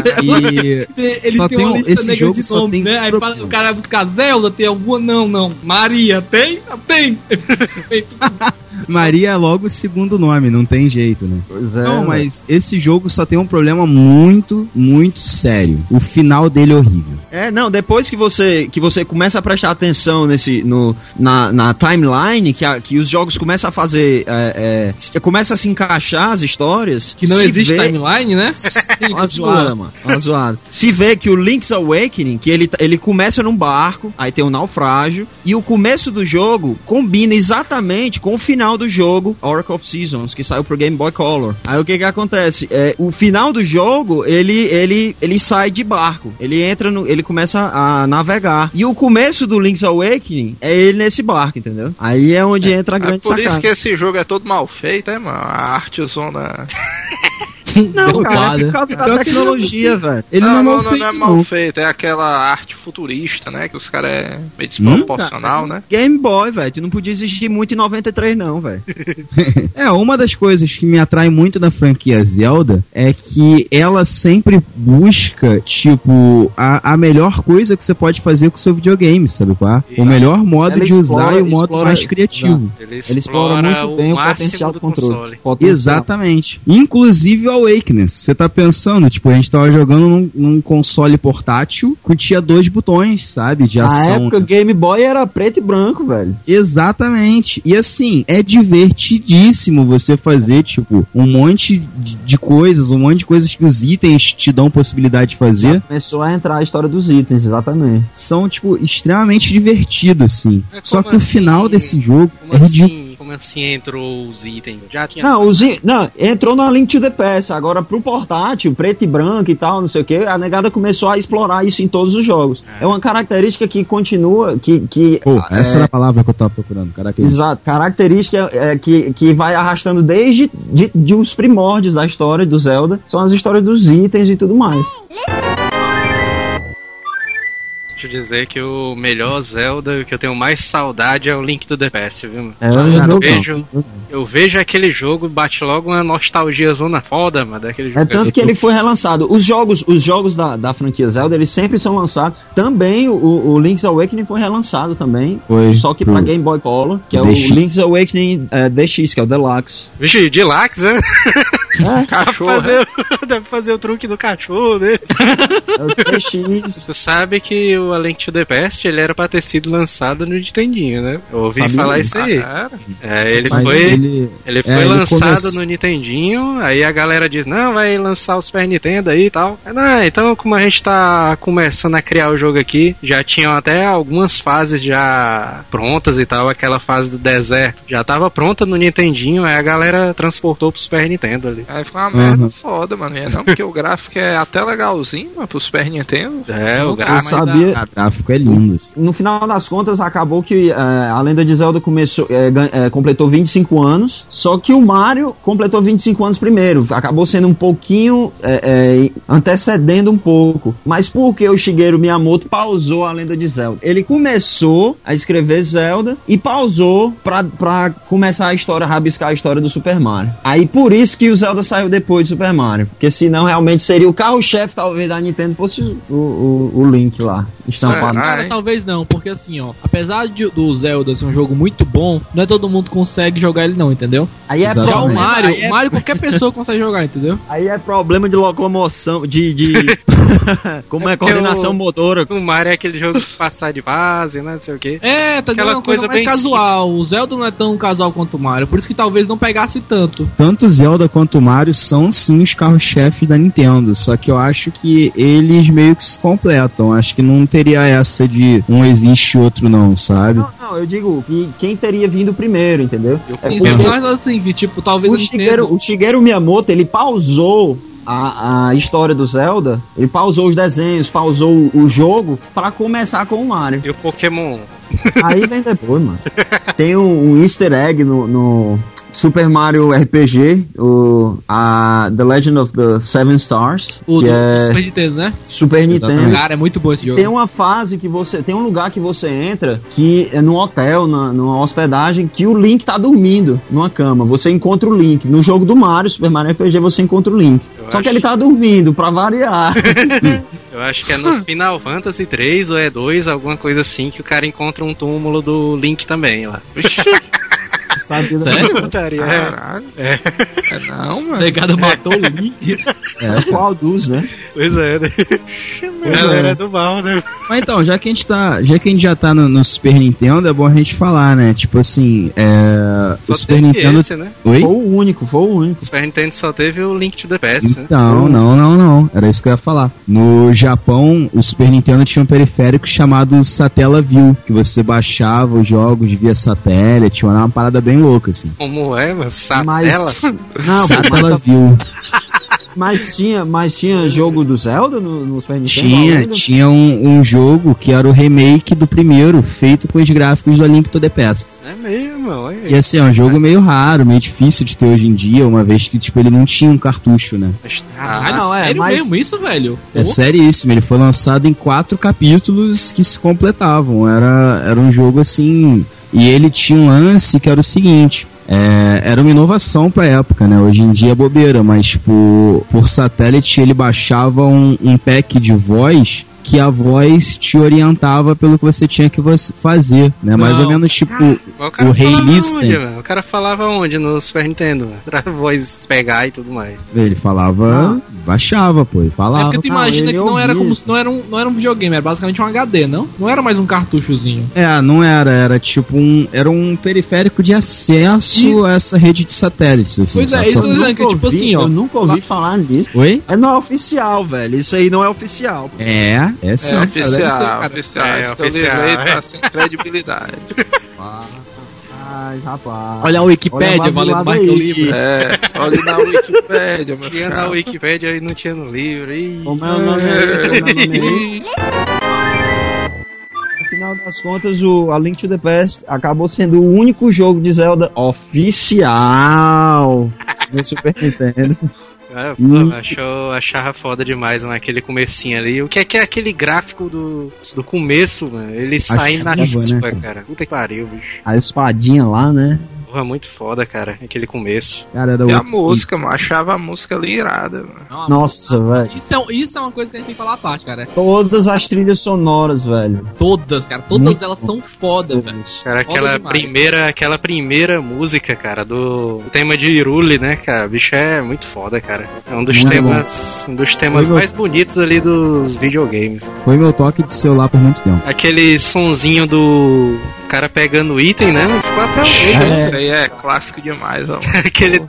Ele só tem uma lista esse jogo de nome, né? Aí o cara vai buscar Zelda, tem alguma? Não. Maria, tem? Tem. Maria é logo o segundo nome, não tem jeito, né? Pois é. Não, mas esse jogo só tem um problema muito, muito sério. O final dele é horrível. Depois que você começa a prestar atenção na timeline, que os jogos começam a fazer, começa a se encaixar as histórias. Que não existe timeline, né? Uma zoada, mano. Uma zoada. Se vê que o Link's Awakening, que ele começa num barco, aí tem um naufrágio, e o começo do jogo combina exatamente com o final do jogo Oracle of Seasons, que saiu pro Game Boy Color. Aí o que acontece? O final do jogo, ele sai de barco. Ele começa a navegar. E o começo do Link's Awakening é ele nesse barco, entendeu? Aí é onde entra a grande sacada. Por isso que esse jogo é todo mal feito, mano? A artezona... Não, cara, é por causa da tecnologia, velho. Ele não é mal feito, é aquela arte futurista, né? Que os caras é meio desproporcional, né? Game Boy, velho, tu não podia exigir muito em 93 não, velho. Uma das coisas que me atrai muito na franquia Zelda é que ela sempre busca, tipo, a melhor coisa que você pode fazer com o seu videogame, sabe qual? O melhor modo de usar e o modo mais criativo. Ele explora muito bem o potencial do controle. Exatamente. Inclusive o Awakeness. Você tá pensando, tipo, a gente tava jogando num console portátil que tinha 2 botões, sabe? De ação. Na época o Game Boy era preto e branco, velho. Exatamente. E assim, é divertidíssimo você fazer, tipo, um monte de coisas que os itens te dão possibilidade de fazer. Já começou a entrar a história dos itens, exatamente. São, tipo, extremamente divertidos, assim. Só que o final desse jogo é ridículo. Como assim entrou os itens? Já tinha... Não, entrou no Link to the Past. Agora pro portátil, preto e branco e tal, não sei o que, a negada começou a explorar isso em todos os jogos. É uma característica que continua, essa era a palavra que eu tava procurando, característica. Exato, característica que vai arrastando desde os primórdios da história do Zelda, são as histórias dos itens e tudo mais. Deixa eu dizer que o melhor Zelda que eu tenho mais saudade é o Link to the Past, viu? Eu vejo aquele jogo, bate logo uma nostalgia zona foda, mano, daquele jogo. Tanto que ele foi relançado. Os jogos da franquia Zelda, eles sempre são lançados. Também o Link's Awakening foi relançado também. Só que pra Game Boy Color, que é o Link's Awakening DX, que é o Deluxe. Vixe, Deluxe, né? Cachorro. Deve fazer o truque do cachorro, né? É o DX. Tu sabe que o A Link to the Past, ele era pra ter sido lançado no Nintendinho, né? Eu ouvi falar isso aí. Ele foi lançado no Nintendinho, aí a galera diz, não, vai lançar o Super Nintendo aí e tal. Então como a gente tá começando a criar o jogo aqui, já tinham até algumas fases já prontas e tal, aquela fase do deserto já tava pronta no Nintendinho, aí a galera transportou pro Super Nintendo ali. Aí ficou uma merda foda, mano. Não, porque o gráfico é até legalzinho, mano, pro Super Nintendo. O gráfico. O gráfico é lindo. No final das contas, acabou que a Lenda de Zelda completou 25 anos, só que o Mario completou 25 anos primeiro. Acabou sendo um pouquinho antecedendo um pouco. Mas por que o Shigeru Miyamoto pausou a Lenda de Zelda? Ele começou a escrever Zelda e pausou pra começar rabiscar a história do Super Mario. Aí por isso que o Zelda Zelda saiu depois do Super Mario. Porque senão realmente seria o carro-chefe, talvez, da Nintendo fosse o Link lá, estampado. Cara, talvez não, porque assim, ó, apesar do Zelda ser um jogo muito bom, não é todo mundo consegue jogar ele não, entendeu? Aí é já o Mario, qualquer pessoa consegue jogar, entendeu? Aí é problema de locomoção, como é coordenação motora. O Mario é aquele jogo de passar de fase, né, não sei o quê. É, tá dando uma coisa mais casual. Simples. O Zelda não é tão casual quanto o Mario, por isso que talvez não pegasse tanto. Tanto o Zelda quanto o Mario são sim os carros-chefes da Nintendo, só que eu acho que eles meio que se completam. Acho que não teria essa de um existe e outro não, sabe? Não, eu digo que quem teria vindo primeiro, entendeu? Mas assim, que tipo, talvez o Shigeru Miyamoto, ele pausou a história do Zelda, ele pausou os desenhos, pausou o jogo pra começar com o Mario. E o Pokémon? Aí vem depois, mano. Tem um easter egg no Super Mario RPG, The Legend of the Seven Stars. O do Super Nintendo, né? Super Nintendo. Cara, é muito bom esse jogo. Tem uma fase que tem um lugar que você entra, que é num hotel, numa hospedagem, que o Link tá dormindo numa cama. Você encontra o Link. No jogo do Mario, Super Mario RPG, você encontra o Link. Só que ele tá dormindo, pra variar. Eu acho que é no Final Fantasy 3 ou é 2, alguma coisa assim, que o cara encontra um túmulo do Link também lá. Sério? Caralho. Não, mano. O negado matou o Link. Qual dos, né? Pois é, né? Galera do mal, né? Mas então, já que a gente já tá no Super Nintendo, é bom a gente falar, né? Tipo assim, só o Super Nintendo... esse, né? Oi? Foi o único. O Super Nintendo só teve o Link to the Past, então, né? Não. Era isso que eu ia falar. No Japão, o Super Nintendo tinha um periférico chamado Satellaview, que você baixava os jogos via satélite, era uma parada bem louca, assim. Como é, mano? Satela? Não, Satellaview. Mas tinha jogo do Zelda no Super Nintendo? Tinha um jogo que era o remake do primeiro, feito com os gráficos do A Link to the Past. É mesmo, olha aí. E assim, é um jogo meio raro, meio difícil de ter hoje em dia, uma vez que tipo, ele não tinha um cartucho, né? Sério mesmo isso, velho? É seríssimo, ele foi lançado em 4 capítulos que se completavam, era um jogo assim... E ele tinha um lance que era o seguinte... era uma inovação pra época, né? Hoje em dia é bobeira, mas por satélite ele baixava um pack de voz que a voz te orientava pelo que você tinha que fazer, né? Mais ou menos tipo o Rei Lister. O cara falava onde no Super Nintendo? Pra voz pegar e tudo mais. Ele falava, baixava, pô, ele falava. É porque tu imagina que não era como se não era um videogame, era basicamente um HD, não? Não era mais um cartuchozinho. Não era tipo era um periférico de acesso a essa rede de satélites, assim. Pois é, isso que tipo assim, ó. Eu nunca ouvi falar nisso. Oi? Não é oficial, velho. Isso aí não é oficial. Sim. É oficial. Eu levei tá sem credibilidade. Rapaz. Olha a Wikipédia, valendo mais que o livro. Olha na Wikipédia, meu Tinha na Wikipédia e não tinha no livro. Como é o nome? No final das contas, A Link to the Past acabou sendo o único jogo de Zelda oficial no Super Nintendo. Achava foda demais, mano, aquele comecinho ali. O que é aquele gráfico do começo, mano? Ele sai na chispa, né, cara? Puta que pariu, bicho. A espadinha lá, né? Porra, muito foda, cara, aquele começo. Cara, e a música, mano, achava a música ali irada, mano. Nossa, velho. Isso é uma coisa que a gente tem que falar à parte, cara. Todas as trilhas sonoras, velho. Todas, cara, todas elas são foda, velho. Cara, aquela primeira música, cara, do tema de Hyrule, né, cara? O bicho é muito foda, cara. É um dos temas mais bonitos ali dos videogames. Foi meu toque de celular por muito tempo. Aquele sonzinho do cara pegando o item, né? Ficou até hoje. Isso aí é clássico demais, ó. Aquele...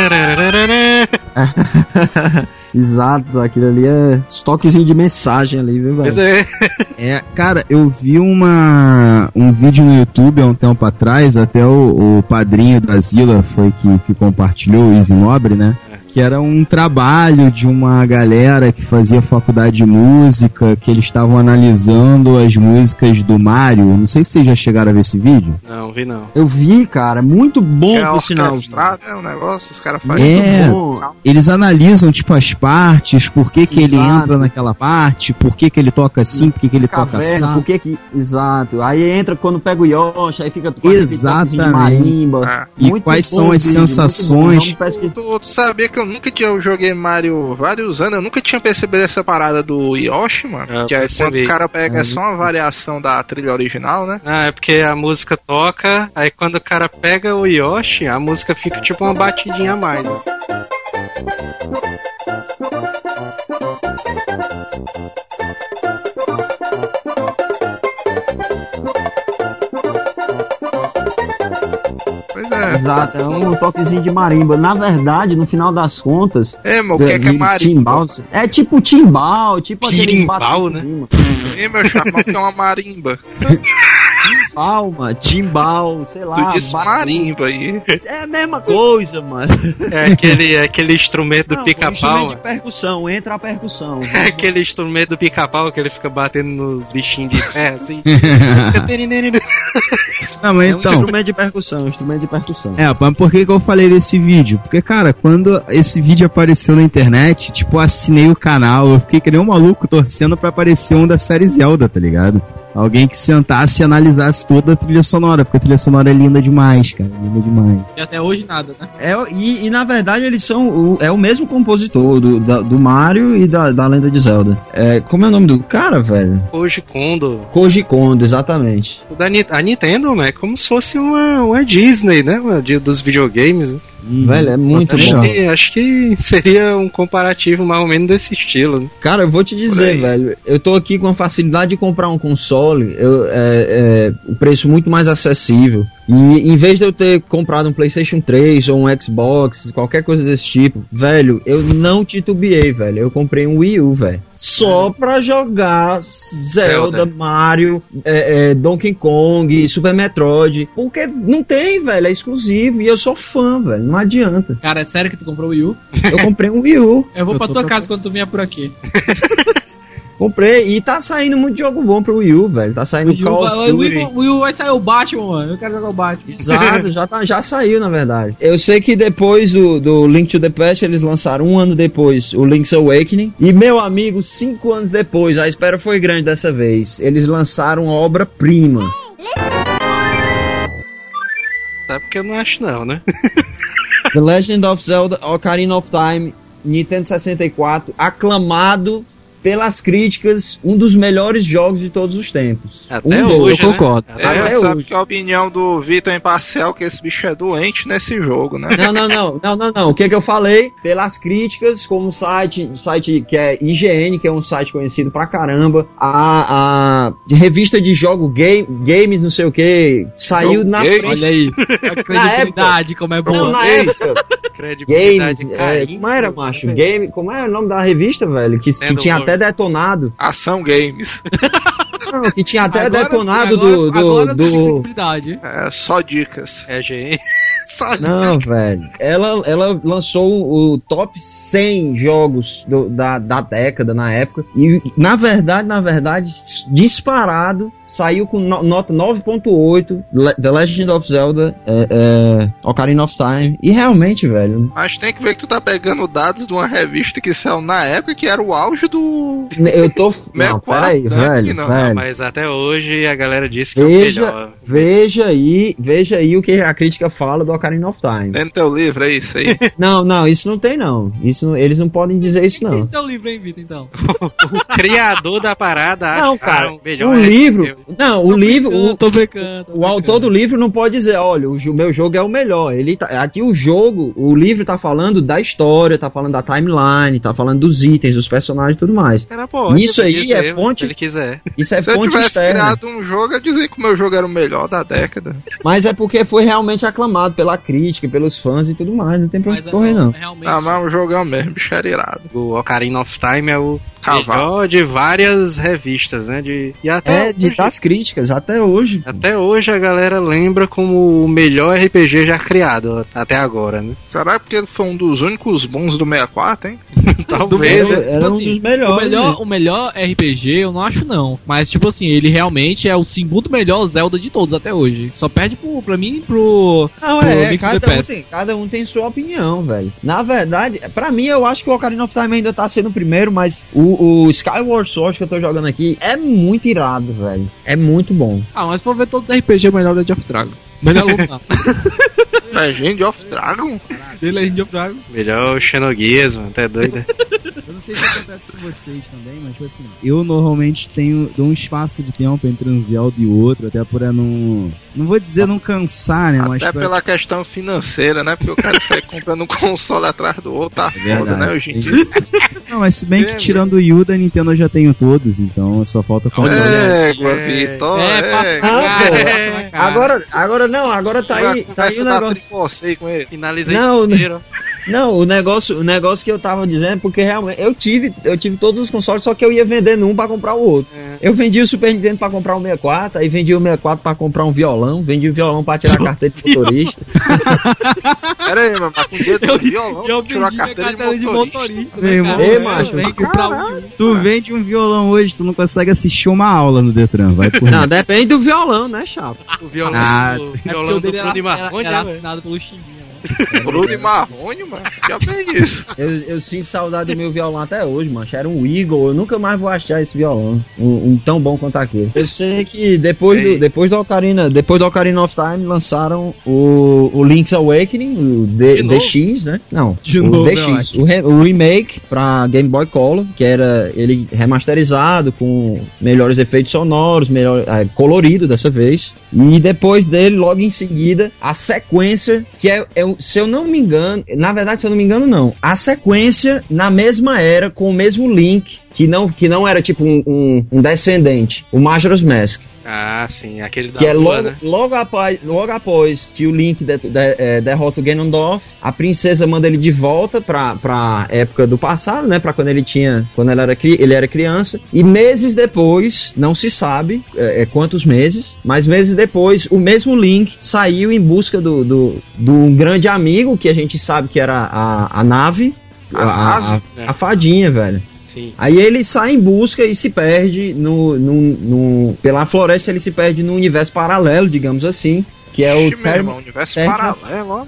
Exato, aquilo ali é toquezinho de mensagem ali, viu, velho? Pois é. Cara, eu vi um vídeo no YouTube há um tempo atrás, até o padrinho da Zila foi que compartilhou, o Easy Nobre, né? Que era um trabalho de uma galera que fazia faculdade de música, que eles estavam analisando as músicas do Mario. Não sei se vocês já chegaram a ver esse vídeo. Não, vi não. Eu vi, cara, muito bom por sinal. É um negócio, os caras fazem eles analisam, tipo, as partes, por que ele entra naquela parte, por que ele toca assim, por que ele toca assim. Exato. Aí entra quando pega o Yoshi, aí fica exatamente. de marimba. E quais são as sensações. Tu sabia que eu joguei Mario vários anos, eu nunca tinha percebido essa parada do Yoshi, mano. Que é quando o cara pega é só uma variação da trilha original, né? É porque a música toca, aí quando o cara pega o Yoshi, a música fica tipo uma batidinha a mais, assim. Exato, é um toquezinho de marimba. Na verdade, no final das contas... o que é marimba? É tipo timbal, tipo aquele timbal, né? Meu chamão que é uma marimba. Timbal, sei lá. Tu disse marimba aí. É a mesma coisa, mano. É aquele instrumento do pica-pau. Instrumento de percussão, entra a percussão. É aquele instrumento do pica-pau que ele fica batendo nos bichinhos de ferro, assim. Não, mas então... instrumento de percussão. Mas por que eu falei desse vídeo? Porque, cara, quando esse vídeo apareceu na internet, tipo, eu assinei o canal, eu fiquei que nem um maluco torcendo pra aparecer um da série Zelda, tá ligado? Alguém que sentasse e analisasse toda a trilha sonora, porque a trilha sonora é linda demais, cara, linda demais. E até hoje nada, né? E na verdade eles são é o mesmo compositor do Mario e da Lenda de Zelda. Como é o nome do cara, velho? Koji Kondo, exatamente. A Nintendo, é como se fosse uma Disney, né? Dos videogames, né? Velho, é muito bom. Acho que seria um comparativo mais ou menos desse estilo, né? Cara, eu vou te dizer, velho, eu tô aqui com a facilidade de comprar um console, o preço muito mais acessível. E em vez de eu ter comprado um PlayStation 3 ou um Xbox, qualquer coisa desse tipo, velho, eu não titubeei, velho. Eu comprei um Wii U, velho. Só pra jogar Zelda. Mario, Donkey Kong, Super Metroid. Porque não tem, velho, é exclusivo. E eu sou fã, velho, não adianta. Cara, é sério que tu comprou o Wii U? Eu comprei um Wii U. Eu vou pra tua casa quando tu vier por aqui. Comprei, e tá saindo muito jogo bom pro Wii U, velho. Tá saindo Call of Duty. O Wii U vai sair o Batman, mano. Eu quero jogar o Batman. Exato, já saiu, na verdade. Eu sei que depois do Link to the Past, eles lançaram um ano depois o Link's Awakening. E, meu amigo, 5 anos depois, a espera foi grande dessa vez, eles lançaram uma obra-prima. Sabe porque eu não acho não, né? The Legend of Zelda Ocarina of Time, Nintendo 64, aclamado pelas críticas, um dos melhores jogos de todos os tempos. Até hoje, eu concordo. Né? Até sabe hoje. Que a opinião do Vitor é imparcial, que esse bicho é doente nesse jogo, né? Não. O que eu falei? Pelas críticas, como site que é IGN, que é um site conhecido pra caramba, a revista de jogo games, não sei o que, saiu jogo na frente. Olha aí, a credibilidade, como é bom. Não, na época. Credibilidade games, como era, macho? Game, como é o nome da revista, velho? Que tinha até detonado. Ação Games. Não, que tinha até agora, detonado do... Só dicas. GM. Não, velho. Ela lançou o top 100 jogos da década na época. E, na verdade, disparado, saiu com nota 9.8, The Legend of Zelda, Ocarina of Time. E realmente, velho... Mas tem que ver que tu tá pegando dados de uma revista que saiu na época, que era o auge do... Eu tô... Não, peraí, velho. Mas até hoje a galera disse que é o melhor. Veja aí o que a crítica fala do Ocarina of Time. Tem no teu livro, é isso aí? Não, isso não tem não. Eles não podem dizer isso não. Tem no teu livro, hein, Vitor, então? O criador da parada acha cara, melhor. O livro... Tô brincando. O autor do livro não pode dizer, olha, o meu jogo é o melhor. Aqui o livro tá falando da história, tá falando da timeline, tá falando dos itens, dos personagens e tudo mais. Cara, pode, isso aí é fonte... Se ele quiser. Isso é se fonte externa. Se eu tivesse criado um jogo, eu dizer que o meu jogo era o melhor da década. Mas é porque foi realmente aclamado pela crítica, pelos fãs e tudo mais. Não tem pra onde correr, não. Mas o jogo é o mesmo, bicho era irado. O Ocarina of Time é o melhor de várias revistas, né? Das críticas, até hoje. Até hoje a galera lembra como o melhor RPG já criado, até agora, né? Será porque ele foi um dos únicos bons do 64, hein? Talvez. Era um dos melhores. O melhor RPG eu não acho não. Mas tipo assim, ele realmente é o segundo melhor Zelda de todos até hoje. Só perde pra mim pro... Não, cada um tem sua opinião, velho. Na verdade, pra mim eu acho que o Ocarina of Time ainda tá sendo o primeiro, mas o Skyward Sword que eu tô jogando aqui é muito irado, velho. É muito bom. Mas se for ver todos os RPG, o melhor é Legend of Dragon. Melhor lutar. Legend of Dragon? The Legend of Dragon. Melhor o Xenogears, mano, até doido. Eu não sei se acontece com vocês também, mas tipo assim, eu normalmente dou um espaço de tempo entre um Zelda e o outro, até pra não vou dizer não cansar, né? Mas até pela questão financeira, né? Porque o cara sai comprando um console atrás do outro, tá foda, né? Hoje em dia. Não, mas se bem que tirando o Wii da Nintendo eu já tenho todos, então só falta comprar. Vitor. Agora tá aí o negócio. Com ele. Finalizei Não, o negócio que eu tava dizendo, porque realmente eu tive todos os consoles, só que eu ia vendendo um pra comprar o outro. Eu vendi o Super Nintendo pra comprar o 64, aí vendi o 64 pra comprar um violão, vendi o violão pra tirar a carteira de motorista. Pera aí, mano, mas com o dinheiro do violão, eu tirou a carteira de motorista. Né, Ei, macho, tu vende um violão hoje, tu não consegue assistir uma aula no Detran, vai por Não, depende do violão, né, chapa? O violão, violão do Bruno Marrone era assinado pelo Chimbinha. Bruno e Marrone, mano, já fez isso. Eu sinto saudade do meu violão até hoje, mano. Era um Eagle, eu nunca mais vou achar esse violão. Um tão bom quanto aquele. Eu sei que depois do Ocarina of Time lançaram o Link's Awakening, o DX, né? Não, o DX, o remake pra Game Boy Color, que era ele remasterizado com melhores efeitos sonoros, colorido dessa vez. E depois dele, logo em seguida, a sequência, que se eu não me engano, na verdade, se eu não me engano, não. A sequência, na mesma era, com o mesmo Link, que não era tipo um descendente, o Majora's Mask. Ah, sim, aquele da que lua, é né? logo após que o Link derrota o Ganondorf, a princesa manda ele de volta pra época do passado, né? Pra quando ele era criança. E meses depois, não se sabe quantos meses, mas meses depois, o mesmo Link saiu em busca do um grande amigo, que a gente sabe que era a nave, a fadinha, velho. Sim. Aí ele sai em busca e se perde pela floresta, ele se perde no universo paralelo, digamos assim, que é o universo paralelo, mano.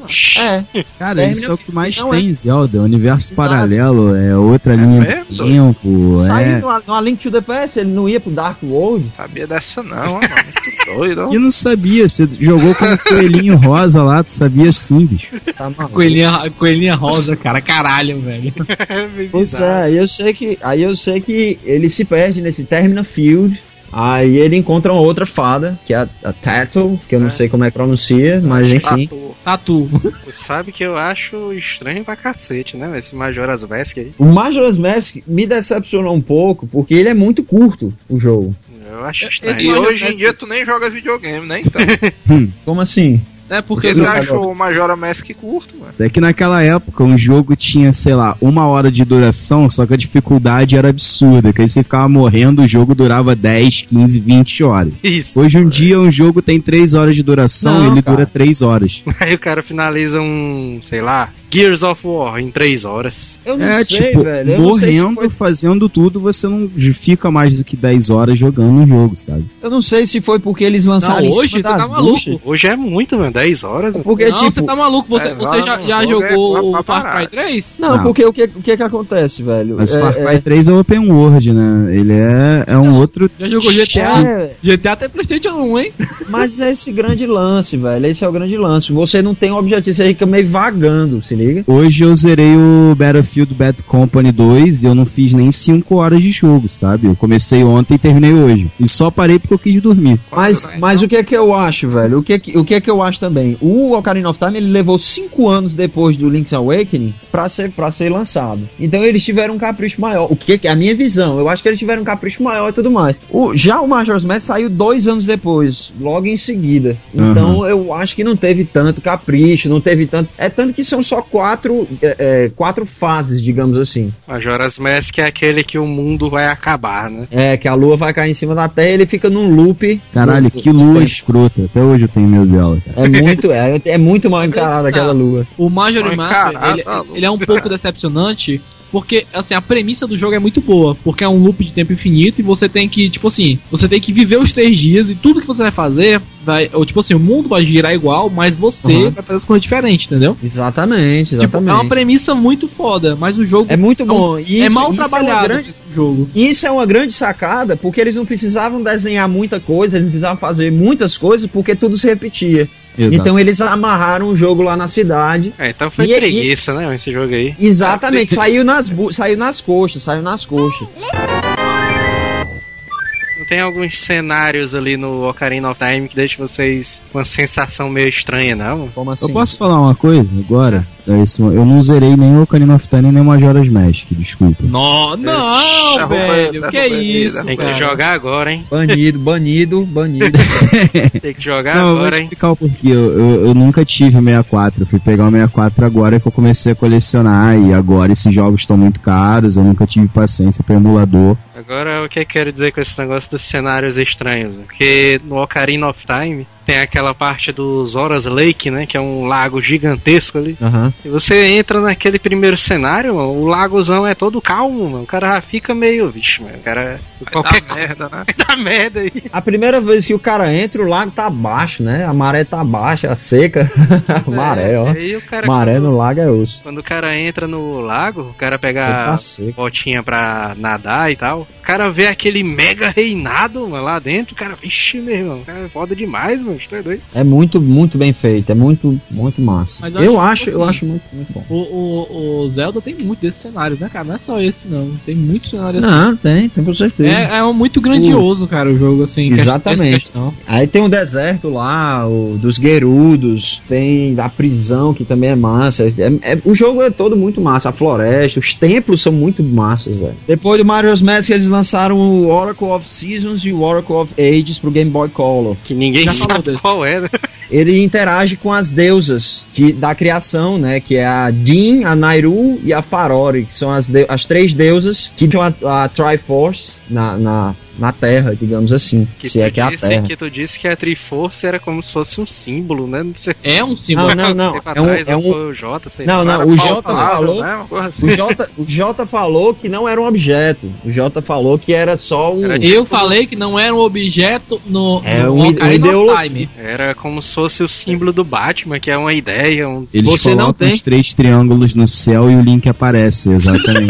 Cara, isso é o que mais tem, Zelda. O universo paralelo é outra linha de tempo. Saiu no A Link to the Past, ele não ia pro Dark World. Sabia dessa não, mano. Muito doido. Eu não sabia, você jogou como coelhinho rosa lá, tu sabia sim, bicho. Tá Coelhinha rosa, cara, caralho, velho. Pois é, aí eu sei que ele se perde nesse Termina Field. Aí ele encontra uma outra fada, que é a Tattle, que eu não sei como é que pronuncia, mas enfim. Tatu. Sabe que eu acho estranho pra cacete, né? Esse Majora's Mask aí. O Majora's Mask me decepcionou um pouco, porque ele é muito curto, o jogo. Eu acho estranho. E hoje em dia tu nem joga videogame, né, então? Como assim? É porque você achou o Majora's Mask curto, mano? É que naquela época um jogo tinha, sei lá, 1 hora de duração, só que a dificuldade era absurda, que aí você ficava morrendo, o jogo durava 10, 15, 20 horas. Isso. Hoje em dia um jogo tem 3 horas de duração, ele dura 3 horas. Aí o cara finaliza sei lá, Gears of War em 3 horas. Eu não sei, tipo, velho. Morrendo, fazendo tudo, você não fica mais do que 10 horas jogando um jogo, sabe? Eu não sei se foi porque eles lançaram hoje, você tá maluco. Hoje é muito, mano. 10 horas. Porque, não, você tá maluco. Você já jogou o Far Cry 3? Não, porque o que acontece, velho? Mas Far Cry 3 é open world, né? Ele é um outro... Já jogou GTA? GTA tem PlayStation 1, hein? Mas é esse grande lance, velho. Esse é o grande lance. Você não tem um objetivo, você fica meio vagando, se liga? Hoje eu zerei o Battlefield Bad Company 2 e eu não fiz nem 5 horas de jogo, sabe? Eu comecei ontem e terminei hoje. E só parei porque eu quis dormir. Mas o que é que eu acho, velho? O que é que eu acho também? O Ocarina of Time, ele levou 5 anos depois do Link's Awakening pra ser lançado. Então eles tiveram um capricho maior. O que é a minha visão? Eu acho que eles tiveram um capricho maior e tudo mais. Já o Majora's Mask saiu 2 anos depois, logo em seguida. Então eu acho que não teve tanto capricho, não teve tanto... É tanto que são só 4 fases, digamos assim. Majora's Mask é aquele que o mundo vai acabar, né? É, que a lua vai cair em cima da Terra e ele fica num loop. Caralho, que lua escrota. Até hoje eu tenho medo dela, cara. É muito mal encarada aquela lua. O Majora's Mask, ele é um pouco decepcionante, porque, assim, a premissa do jogo é muito boa, porque é um loop de tempo infinito e você tem que, tipo assim, você tem que viver os 3 dias e tudo que você vai fazer ou tipo assim, o mundo vai girar igual, mas você vai fazer as coisas diferentes, entendeu? Exatamente. Tipo, é uma premissa muito foda, mas o jogo é muito bom. É mal trabalhado o jogo. Isso é uma grande sacada, porque eles não precisavam desenhar muita coisa, eles não precisavam fazer muitas coisas, porque tudo se repetia. Exato. Então eles amarraram o jogo lá na cidade. Então foi preguiça, né, esse jogo aí. Exatamente, saiu nas coxas. Tem alguns cenários ali no Ocarina of Time que deixam vocês com uma sensação meio estranha, não? Como assim? Eu posso falar uma coisa agora? Eu não zerei nem o Ocarina of Time nem o Majora's Mask, desculpa. Não, velho, que isso? Tem que jogar agora, hein? Banido. Tem que jogar agora, hein? Eu vou explicar o porquê. Eu nunca tive 64, eu fui pegar o 64 agora que eu comecei a colecionar, e agora esses jogos estão muito caros, eu nunca tive paciência para emulador. Agora, o que eu quero dizer com esse negócio dos cenários estranhos? Porque no Ocarina of Time tem aquela parte do Zora's Lake, né? Que é um lago gigantesco ali. Uhum. E você entra naquele primeiro cenário, mano, o lagozão é todo calmo, mano. O cara já fica meio... Vixe, mano, o cara... Qualquer merda, né? Dá merda aí. A primeira vez que o cara entra, o lago tá baixo, né? A maré tá baixa, a seca. Maré, ó. Aí o cara, maré no lago é osso. Quando o cara entra no lago, o cara pega a botinha pra nadar e tal. O cara vê aquele mega reinado, mano, lá dentro. O cara, vixe, meu irmão, o cara é foda demais, mano. Tá doido. É muito bem feito, é muito massa. Mas eu acho muito bom. O Zelda tem muito desses cenários, né, cara? Não é só esse, não. Tem muitos cenários assim. Não, tem com certeza. É muito grandioso, cara, o jogo, assim. Exatamente. Aí tem um deserto lá, o dos Gerudos, tem a prisão, que também é massa. O jogo é todo muito massa. A floresta, os templos são muito massas, velho. Depois do Majora's Mask, eles lançaram o Oracle of Seasons e o Oracle of Ages pro Game Boy Color. Que ninguém sabe qual é, né? Ele interage com as deusas da criação, né? Que é a Din, a Nayru e a Farore, que são as três deusas que são a Triforce na Terra, digamos assim. Que é a Terra. Que tu disse que a Triforce era como se fosse um símbolo, né? Não sei. É um símbolo. Não. O Jota, sei lá. Não. O Jota falou. O Jota falou que não era um objeto. O Jota falou que era só um. Eu falei que não era um objeto no Ocarina of Time. Era como se fosse o símbolo do Batman, que é uma ideia. Eles Você colocam não tem os 3 triângulos no céu e o Link aparece, exatamente.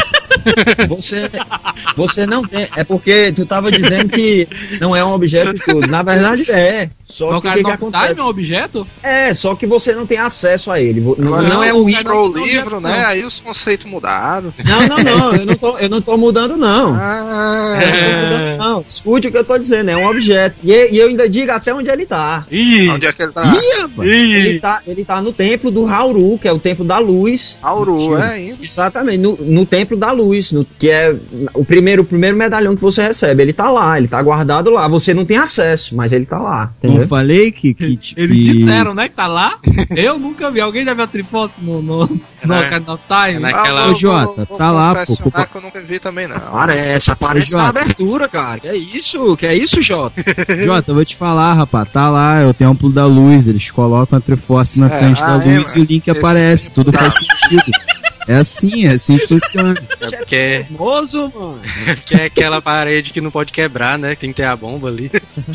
Você não tem. É porque tu tava dizendo que não é um objeto e tudo. Na verdade é. Só que o que acontece? É um objeto? É, só que você não tem acesso a ele. Agora, não é um livro, né? Aí os conceitos mudaram. Não. Eu não tô mudando, não. Não. Escute o que eu tô dizendo. É um objeto. E eu ainda digo até onde ele tá. Onde é que ele tá? Ele tá no templo do Hauru, que é o templo da luz. Hauru, ainda. Exatamente. No templo da luz, que é o primeiro medalhão que você recebe. Ele tá lá, ele tá guardado lá. Você não tem acesso, mas ele tá lá. Entendeu? Eu falei que eles disseram, né, que tá lá. Eu nunca vi. Alguém já viu a Triforce no Ocarina of Time? Ô, Jota, tá lá, pô. Que eu nunca vi também, não. Aparece na abertura, cara. Que é isso, Jota? Jota, eu vou te falar, rapaz. Tá lá, é o Templo da Luz. Eles colocam a Triforce na frente da luz e o Link aparece. Tudo faz sentido. É assim que funciona. É porque é famoso, mano. É porque é aquela parede que não pode quebrar, né? Tem que ter a bomba ali.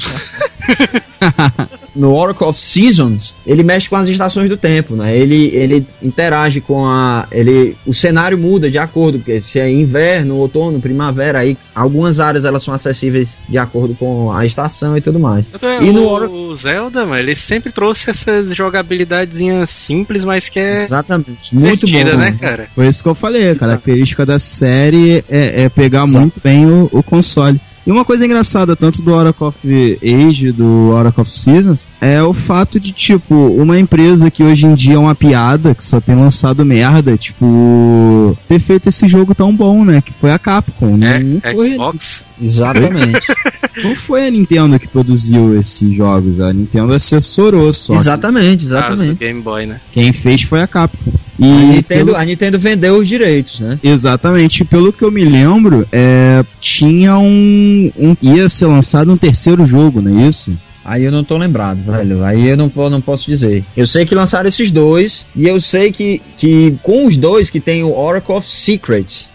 No Oracle of Seasons, ele mexe com as estações do tempo, né? Ele interage com o cenário muda de acordo, porque se é inverno, outono, primavera, aí algumas áreas elas são acessíveis de acordo com a estação e tudo mais. E o Zelda, mano, ele sempre trouxe essas jogabilidadezinhas simples, mas que é exatamente muito bom, né, cara? Foi isso que eu falei, a característica da série é pegar muito bem o console. E uma coisa engraçada, tanto do Oracle of Age e do Oracle of Seasons, é o fato de, tipo, uma empresa que hoje em dia é uma piada, que só tem lançado merda, tipo, ter feito esse jogo tão bom, né? Que foi a Capcom, né? Não foi Xbox. Exatamente. Não foi a Nintendo que produziu esses jogos, a Nintendo assessorou só. Exatamente. Do Game Boy, né? Quem fez foi a Capcom. E a Nintendo vendeu os direitos, né? Exatamente. Pelo que eu me lembro, tinha ia ser lançado um terceiro jogo, não é isso? Aí eu não tô lembrado, velho. Aí eu não posso dizer. Eu sei que lançaram esses dois, e eu sei que com os dois que tem o Oracle of Secrets,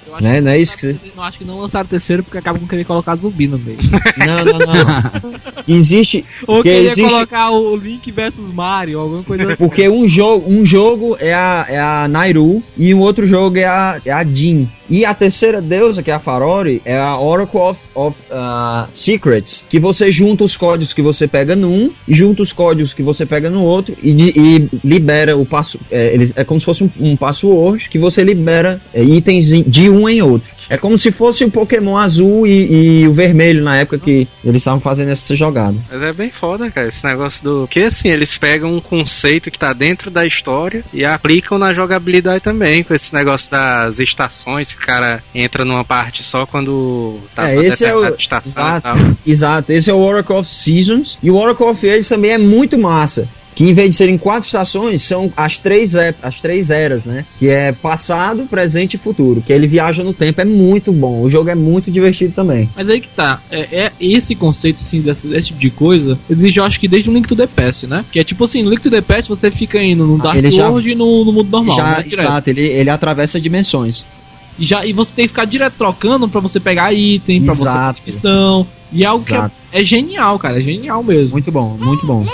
Né? Não é isso que você... Eu acho que não lançaram terceiro porque acabam com querer colocar zumbi no meio. Não. Existe... Ou queria colocar o Link versus Mario, alguma coisa assim. Porque um jogo é a Nairu e o outro jogo é a Jean. E a terceira deusa, que é a Farore, é a Oracle of Secrets, que você junta os códigos que você pega num e junta os códigos que você pega no outro e libera o passo. É como se fosse um password que você libera itens de um em outro. É como se fosse o Pokémon azul e o vermelho na época que eles estavam fazendo essa jogada. Mas é bem foda, cara, esse negócio do... Porque assim, eles pegam um conceito que tá dentro da história e aplicam na jogabilidade também, com esse negócio das estações, que o cara entra numa parte só quando tá determinada estação exato, e tal. Exato, esse é o Oracle of Seasons e o Oracle of Ages também é muito massa. Que em vez de serem 4 estações, são as três eras, né? Que é passado, presente e futuro. Que ele viaja no tempo, é muito bom. O jogo é muito divertido também. Mas aí que tá, esse conceito, assim, desse tipo de coisa, exige, eu acho que desde o Link to the Past, né? Que é tipo assim, no Link to the Past você fica indo no Dark World e no mundo normal, né? Exato, ele atravessa dimensões. E você tem que ficar direto trocando pra você pegar item, pra você pegar missão. E é algo que é genial, cara, é genial mesmo. Muito bom, muito bom.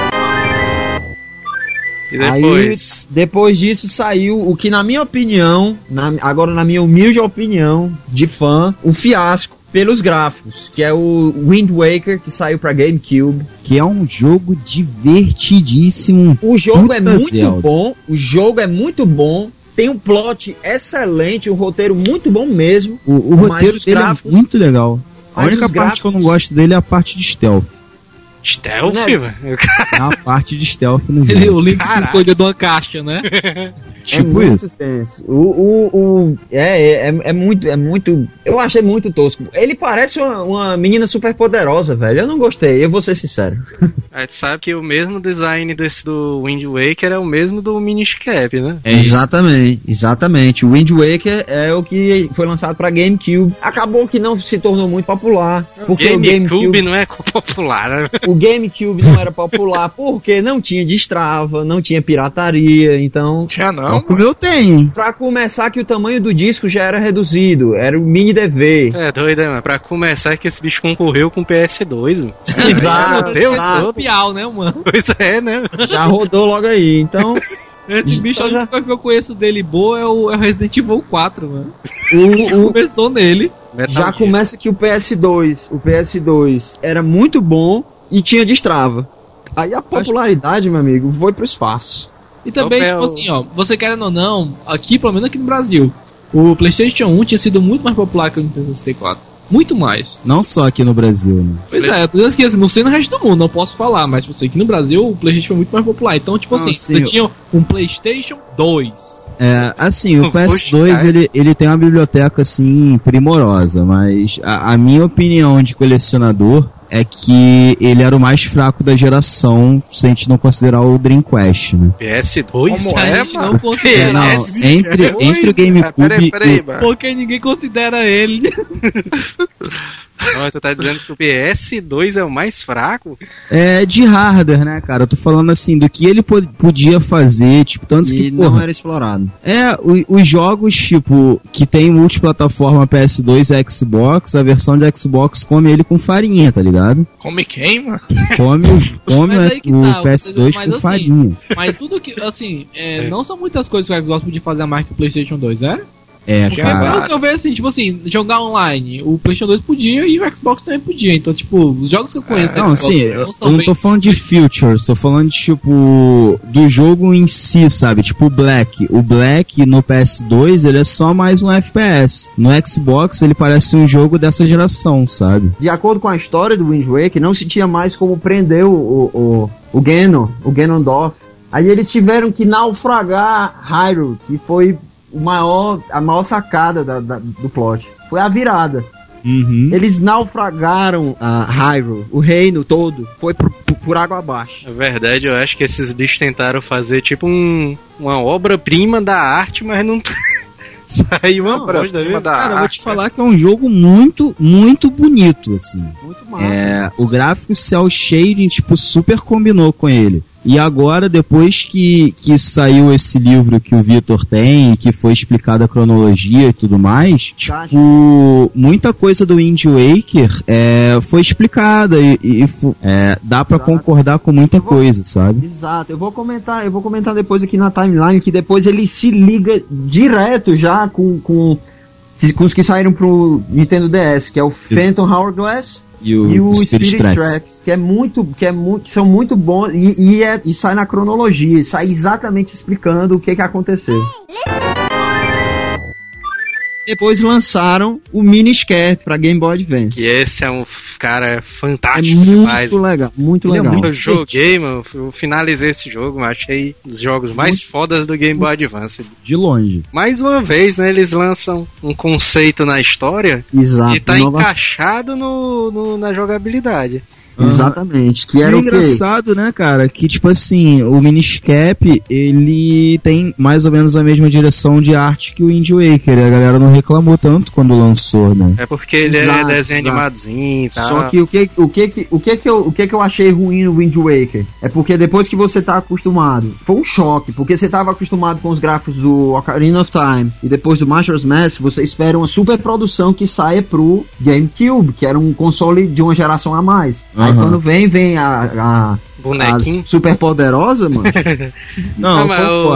E depois? Aí, depois disso saiu o que, na minha opinião, agora na minha humilde opinião de fã, um fiasco pelos gráficos, que é o Wind Waker, que saiu pra GameCube. Que é um jogo divertidíssimo. O jogo é muito bom, o jogo é muito bom. Tem um plot excelente, um roteiro muito bom mesmo. O roteiro dele é muito legal. A única parte que eu não gosto dele é a parte de stealth. Stealth, velho? É uma parte de stealth no jogo. O Link se esconde de uma caixa, né? Tipo isso. Tenso. É muito. Eu achei muito tosco. Ele parece uma menina super poderosa, velho. Eu não gostei, eu vou ser sincero. A gente sabe que o mesmo design desse do Wind Waker é o mesmo do Minish Cap, né? Exatamente. O Wind Waker é o que foi lançado pra GameCube. Acabou que não se tornou muito popular. Porque o GameCube não é popular, né? O GameCube não era popular porque não tinha destrava, não tinha pirataria, então... Tinha não. Como eu tenho. Pra começar que o tamanho do disco já era reduzido, era o mini DV. É doido, né, mano? Pra começar que esse bicho concorreu com o PS2, mano. Exato. Pial, né, mano? Pois é, né? Já rodou logo aí, então... Esse bicho, a única coisa que eu conheço dele boa é o Resident Evil 4, mano. Começou nele. Já começa que o PS2 era muito bom e tinha destrava. Aí a popularidade, meu amigo, foi pro espaço. E também, tipo assim, ó, você querendo ou não, aqui, pelo menos aqui no Brasil, o PlayStation 1 tinha sido muito mais popular que o Nintendo 64. Muito mais. Não só aqui no Brasil, né? Pois é, eu tô dizendo que assim, não sei no resto do mundo, não posso falar, mas tipo assim, aqui no Brasil o PlayStation foi muito mais popular. Então, tipo assim, você tinha um PlayStation 2. Assim, o PS2 ele tem uma biblioteca assim primorosa, mas a minha opinião de colecionador é que ele era o mais fraco da geração, se a gente não considerar o Dreamcast, né? PS2? Como a gente não considera. Entre o GameCube peraí, porque ninguém considera ele. Não, tu tá dizendo que o PS2 é o mais fraco? É, de hardware, né, cara? Eu tô falando assim, do que ele podia fazer, tipo, tanto que, não era explorado. Os jogos, tipo, que tem multiplataforma PS2 e Xbox, a versão de Xbox come ele com farinha, tá ligado? Come quem, mano? Come o PS2 com assim, farinha. Mas tudo que, assim, não são muitas coisas que o Xbox podia fazer mais que o PlayStation 2, é? Cara. Pelo que eu vejo assim, tipo assim, jogar online, o PlayStation 2 podia e o Xbox também podia. Então, tipo, os jogos que eu conheço não, assim, eu não tô falando de features, tô falando de, tipo, do jogo em si, sabe? Tipo, o Black no PS2, ele é só mais um FPS. No Xbox, ele parece um jogo dessa geração, sabe? De acordo com a história do Wind Waker, não se tinha mais como prender o Ganondorf. Aí eles tiveram que naufragar Hyrule, que foi a maior sacada do plot. Foi a virada. Uhum. Eles naufragaram a Hyrule, o reino todo, foi por água abaixo. Na verdade, eu acho que esses bichos tentaram fazer tipo uma obra-prima da arte, mas não... Saiu uma obra-prima da arte. Cara, eu vou te falar que é um jogo muito, muito bonito, assim. Muito massa. O gráfico cel shading, tipo, super combinou com ele. E agora, depois que saiu esse livro que o Vitor tem, que foi explicada a cronologia e tudo mais, tipo, muita coisa do Wind Waker foi explicada e dá pra concordar com muita coisa, sabe? Exato, eu vou comentar depois aqui na timeline, que depois ele se liga direto já com os que saíram pro Nintendo DS, que é o Phantom Hourglass e o Spirit Tracks, que são muito bons e sai na cronologia, sai exatamente explicando o que aconteceu. Depois lançaram o Miniscap pra Game Boy Advance. E esse é um cara fantástico. É muito legal, muito legal. Eu joguei, mano, eu finalizei esse jogo, mas achei um dos jogos mais fodas do Game Boy Advance. De longe. Mais uma vez, né, eles lançam um conceito na história. Exato, e tá encaixado na jogabilidade. Exatamente, que era engraçado, né, cara, que tipo assim, o Miniscap, ele tem mais ou menos a mesma direção de arte que o Wind Waker, a galera não reclamou tanto quando lançou, né? É porque ele é desenho animadozinho e tal. Só que o que eu achei ruim no Wind Waker é porque depois que você tá acostumado, foi um choque, porque você tava acostumado com os gráficos do Ocarina of Time e depois do Majora's Mask, você espera uma super produção que saia pro GameCube, que era um console de uma geração a mais. Aí quando vem a bonequinho super poderosa, mano. Não,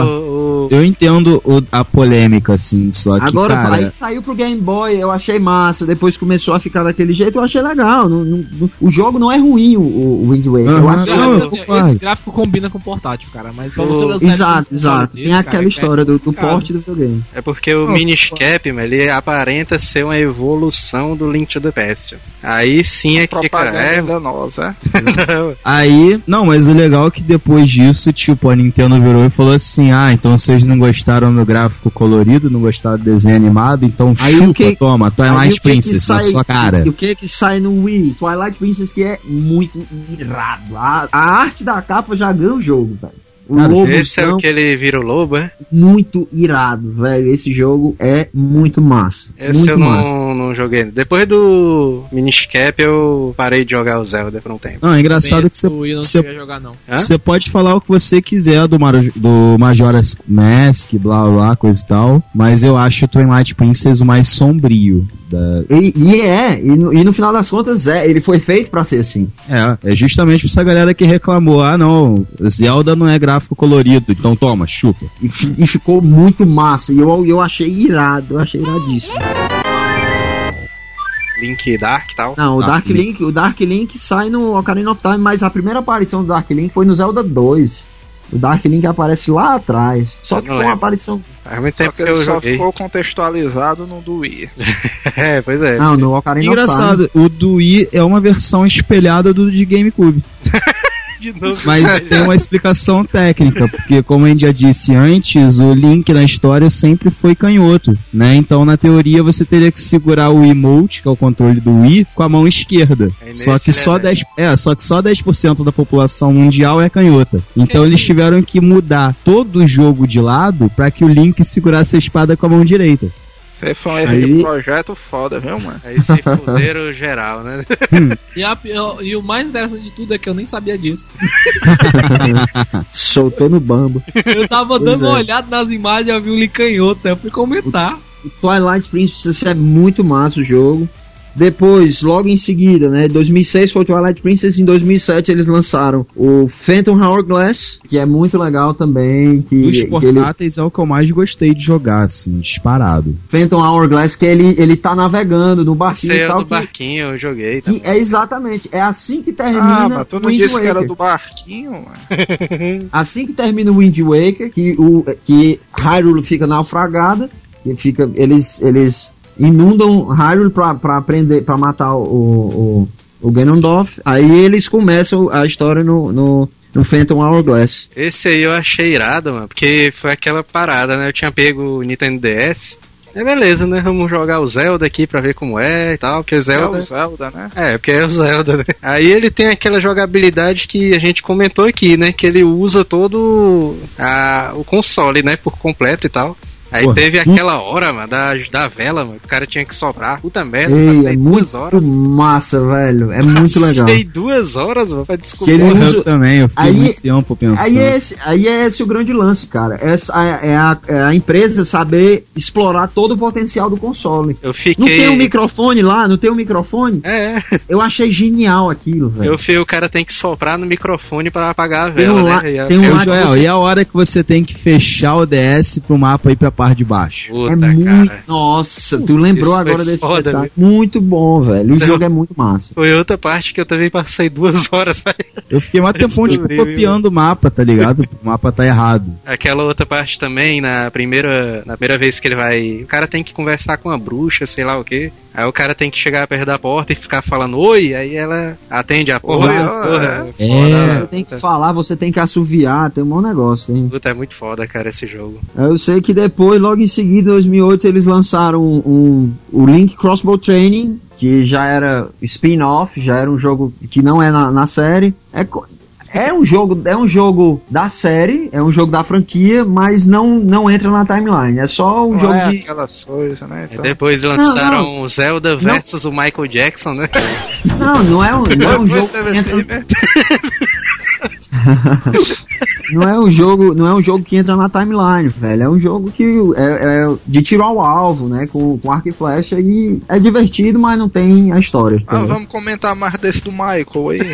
eu entendo a polêmica, assim, só que, agora, cara... aí saiu pro Game Boy, eu achei massa, depois começou a ficar daquele jeito, eu achei legal. O jogo não é ruim, o Wind Waker. Eu acho esse gráfico combina com o portátil, cara, mas só você lançar... Exato. Tem aquela história do porte do videogame. É porque o Miniscap, ele aparenta ser uma evolução do Link to the Past. Aí sim é que, cara, é danosa. Aí... Não, mas o legal é que depois disso, tipo, a Nintendo virou e falou assim, então vocês não gostaram do gráfico colorido, não gostaram do desenho animado, então aí chupa, toma, Twilight Princess na sua cara. E o que sai no Wii? Twilight Princess, que é muito irado. A arte da capa já ganha o jogo, velho. Esse é o que ele vira o lobo, é? Muito irado, velho. Esse jogo é muito massa. Esse eu não joguei. Depois do Miniscap eu parei de jogar o Zelda por um tempo. Não, é engraçado que você pode falar o que você quiser do Majora's Mask, blá blá, coisa e tal, mas eu acho o Twilight Princess o mais sombrio. E no final das contas ele foi feito pra ser assim. É justamente pra essa galera que reclamou, não, Zelda não é gráfico colorido, então toma, chupa. E ficou muito massa, e eu achei irado, eu achei iradíssimo. Link Dark e tal? Não, o Dark Link sai no Ocarina of Time, mas a primeira aparição do Dark Link foi no Zelda 2. O Dark Link aparece lá atrás. Só que foi uma aparição. Faz muito tempo que ele só ficou contextualizado no do Wii. Pois é. Não, no Ocarina of Time. Engraçado, o do Wii é uma versão espelhada do de GameCube. De novo, mas tem uma explicação técnica, porque como a gente já disse antes, o Link na história sempre foi canhoto, né? Então na teoria você teria que segurar o emote, que é o controle do Wii, com a mão esquerda. Só que só 10% da população mundial é canhota. Então eles tiveram que mudar todo o jogo de lado para que o Link segurasse a espada com a mão direita. Você foi um erro de projeto foda, viu, mano? Aí se fuderam geral, né? E o mais interessante de tudo é que eu nem sabia disso. Soltou no bambo. Eu tava dando uma olhada nas imagens, eu vi o Link canhoto, eu fui comentar. O Twilight Princess é muito massa o jogo. Depois, logo em seguida, né, 2006 foi o Twilight Princess, em 2007 eles lançaram o Phantom Hourglass, que é muito legal também. Dos portáteis é o que eu mais gostei de jogar, assim, disparado. Phantom Hourglass, que ele tá navegando no barquinho e tal. Do barquinho, eu joguei também. Exatamente, é assim que termina mas tu não disse que era do barquinho, mano. Assim que termina o Wind Waker, que Hyrule fica naufragada, eles inundam Hyrule pra matar o Ganondorf. Aí eles começam a história no Phantom Hourglass. Esse aí eu achei irado, mano, porque foi aquela parada, né? Eu tinha pego o Nintendo DS. Beleza, né? Vamos jogar o Zelda aqui pra ver como é e tal, porque Zelda... É o Zelda, né? Porque é o Zelda, né? Aí ele tem aquela jogabilidade que a gente comentou aqui, né? Que ele usa todo o console, né? Por completo e tal. Aí teve aquela hora, mano, da vela, mano, o cara tinha que soprar. Puta merda, passei 2 horas. Massa, velho. É muito legal. Passei 2 horas, mano, pra descobrir. Eu também, eu fiquei muito tempo pensando. Aí é esse o grande lance, cara. É a empresa saber explorar todo o potencial do console. Eu fiquei... Não tem um microfone lá? Não tem um microfone? É. Eu achei genial aquilo, velho. O cara tem que soprar no microfone pra apagar a vela, né? Joel, e a hora que você tem que fechar o DS pro mapa ir pra parte de baixo? Puta, muito... Nossa, tu lembrou agora desse detalhe. Muito bom, velho. O jogo é muito massa. Foi outra parte que eu também passei 2 horas, velho. Eu fiquei mais tempão copiando o mapa, tá ligado? O mapa tá errado. Aquela outra parte também, na primeira vez que ele vai... O cara tem que conversar com a bruxa, sei lá o quê. Aí o cara tem que chegar perto da porta e ficar falando oi, aí ela atende a porra. Você tem que falar, você tem que assoviar, tem um bom negócio, hein? Puta, é muito foda, cara, esse jogo. Eu sei que depois, logo em seguida, em 2008, eles lançaram o Link Crossbow Training, que já era spin-off, já era um jogo que não é na série. É um jogo da série, é um jogo da franquia, mas não entra na timeline. É só um jogo de... aquelas coisas, né? Então... Depois lançaram o Zelda versus o Michael Jackson, né? Não é um jogo que entra... Não é um jogo que entra na timeline, velho. É um jogo que é de tiro ao alvo, né? Com arco e flecha, e é divertido, mas não tem a história. Vamos comentar mais desse do Michael aí.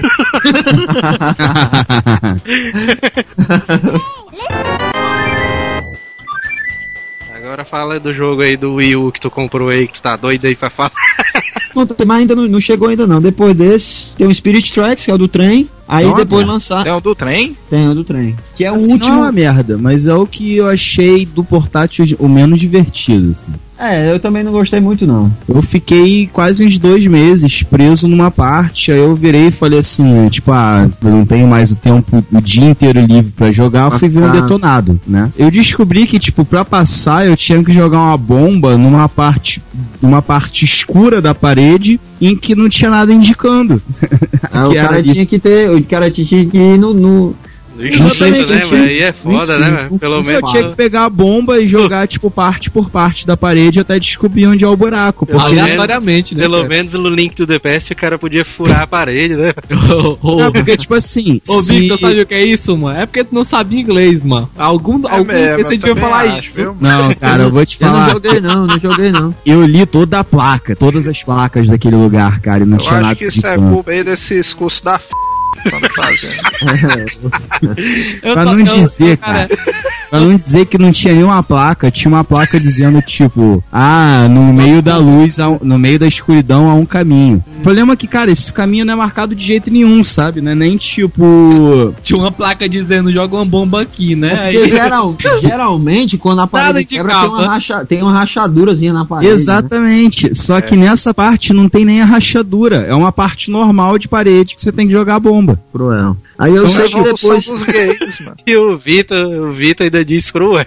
Agora fala do jogo aí do Wii U que tu comprou aí, que tu tá doido aí pra falar. Mas ainda não chegou ainda não. Depois desse, tem o Spirit Tracks, que é o do trem. Aí depois lançar... Tem o do trem? Tem o do trem. Que é assim, o último... Não é uma merda, mas é o que eu achei do portátil o menos divertido, assim. Eu também não gostei muito, não. Eu fiquei quase uns 2 meses preso numa parte, aí eu virei e falei assim, tipo, eu não tenho mais o tempo, o dia inteiro livre pra jogar, eu fui ver um detonado, né? Eu descobri que, tipo, pra passar eu tinha que jogar uma bomba numa parte escura da parede em que não tinha nada indicando. O cara tinha que ir no Exatamente, né, velho? Aí é foda, né, velho? Pelo menos. Eu tinha que pegar a bomba e jogar, tipo, parte por parte da parede até descobrir onde é o buraco. Aleatoriamente, né? Pelo menos no Link to the Past o cara podia furar a parede, né? Não, porque, tipo assim. Victor, sabe o que é isso, mano? É porque tu não sabia inglês, mano. Algum você devia falar isso. Viu? Não, cara, eu vou te falar. Eu não joguei não. Eu li toda a placa, todas as placas daquele lugar, cara, e não tinha nada. Eu acho que isso é culpa aí desses cursos da Pra não dizer, cara. Pra não dizer que não tinha nenhuma placa, tinha uma placa dizendo, tipo, no meio da luz, no meio da escuridão há um caminho. O problema é que, cara, esse caminho não é marcado de jeito nenhum, sabe? Não é nem tipo... Tinha uma placa dizendo, joga uma bomba aqui, né? Porque geralmente, quando a parede quebra, tem uma rachadurazinha na parede. Exatamente. Né? Só que nessa parte não tem nem a rachadura. É uma parte normal de parede que você tem que jogar a bomba. Cruel. Aí eu sei que depois... Dos gays, mano. E o Vitor ainda diz cruel.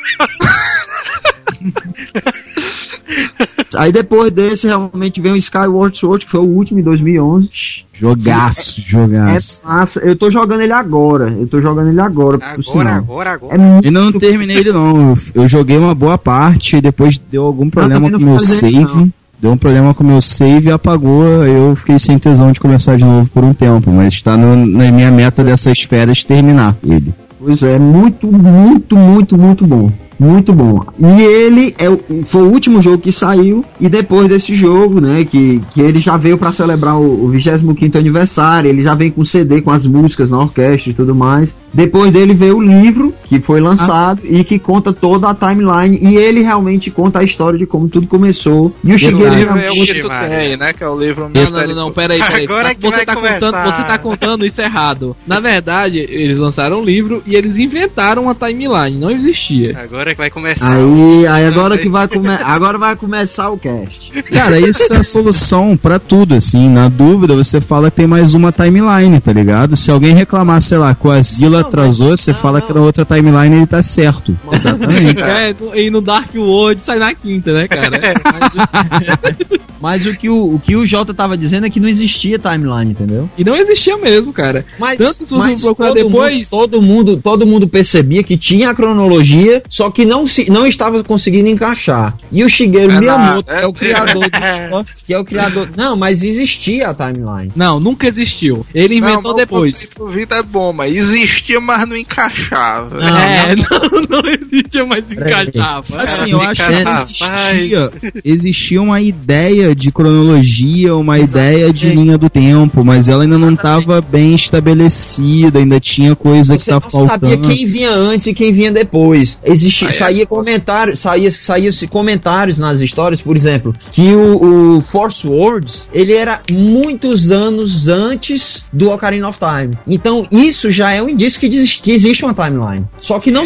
Aí depois desse realmente vem o Skyward Sword, que foi o último em 2011. Jogaço. É massa. Eu tô jogando ele agora. Agora. Eu não terminei ele não. Eu joguei uma boa parte e depois deu algum problema com o meu save. Deu um problema com o meu save e apagou. Eu fiquei sem tesão de começar de novo por um tempo. Mas está na minha meta dessas férias terminar ele. Pois é, muito bom. Muito bom. E ele foi o último jogo que saiu. E depois desse jogo, né, que ele já veio pra celebrar o 25º aniversário. Ele já vem com CD, com as músicas na orquestra e tudo mais. Depois dele veio o livro, que foi lançado e que conta toda a timeline. E ele realmente conta a história de como tudo começou. E o Shigeru tem, né, que é o livro... Não, peraí. Agora que você tá contando isso errado. Na verdade, eles lançaram o livro e eles inventaram uma timeline. Não existia. Agora que vai começar. Agora vai começar o cast. Cara, isso é a solução pra tudo, assim. Na dúvida, você fala que tem mais uma timeline, tá ligado? Se alguém reclamar, sei lá, que o Asila atrasou, você fala que na outra timeline ele tá certo. Exatamente. E no Dark World sai na quinta, né, cara? Mas o que o Jota tava dizendo é que não existia timeline, entendeu? E não existia mesmo, cara. Tanto se você procurar depois... Todo mundo percebia que tinha a cronologia, só que não estava conseguindo encaixar. E o Shigeru Miyamoto, que é o criador que é o criador... Não, mas existia a timeline. Não, nunca existiu. Ele inventou depois. O vida é bom, mas existia, mas não encaixava. Não existia, mas encaixava. Assim, eu acho que existia uma ideia de cronologia, uma ideia de linha do tempo, mas ela ainda não estava bem estabelecida, ainda tinha coisa que tá faltando. Você não sabia quem vinha antes e quem vinha depois. Saía comentários nas histórias, por exemplo, que o Force Words, ele era muitos anos antes do Ocarina of Time. Então, isso já é um indício que existe uma timeline. Só que não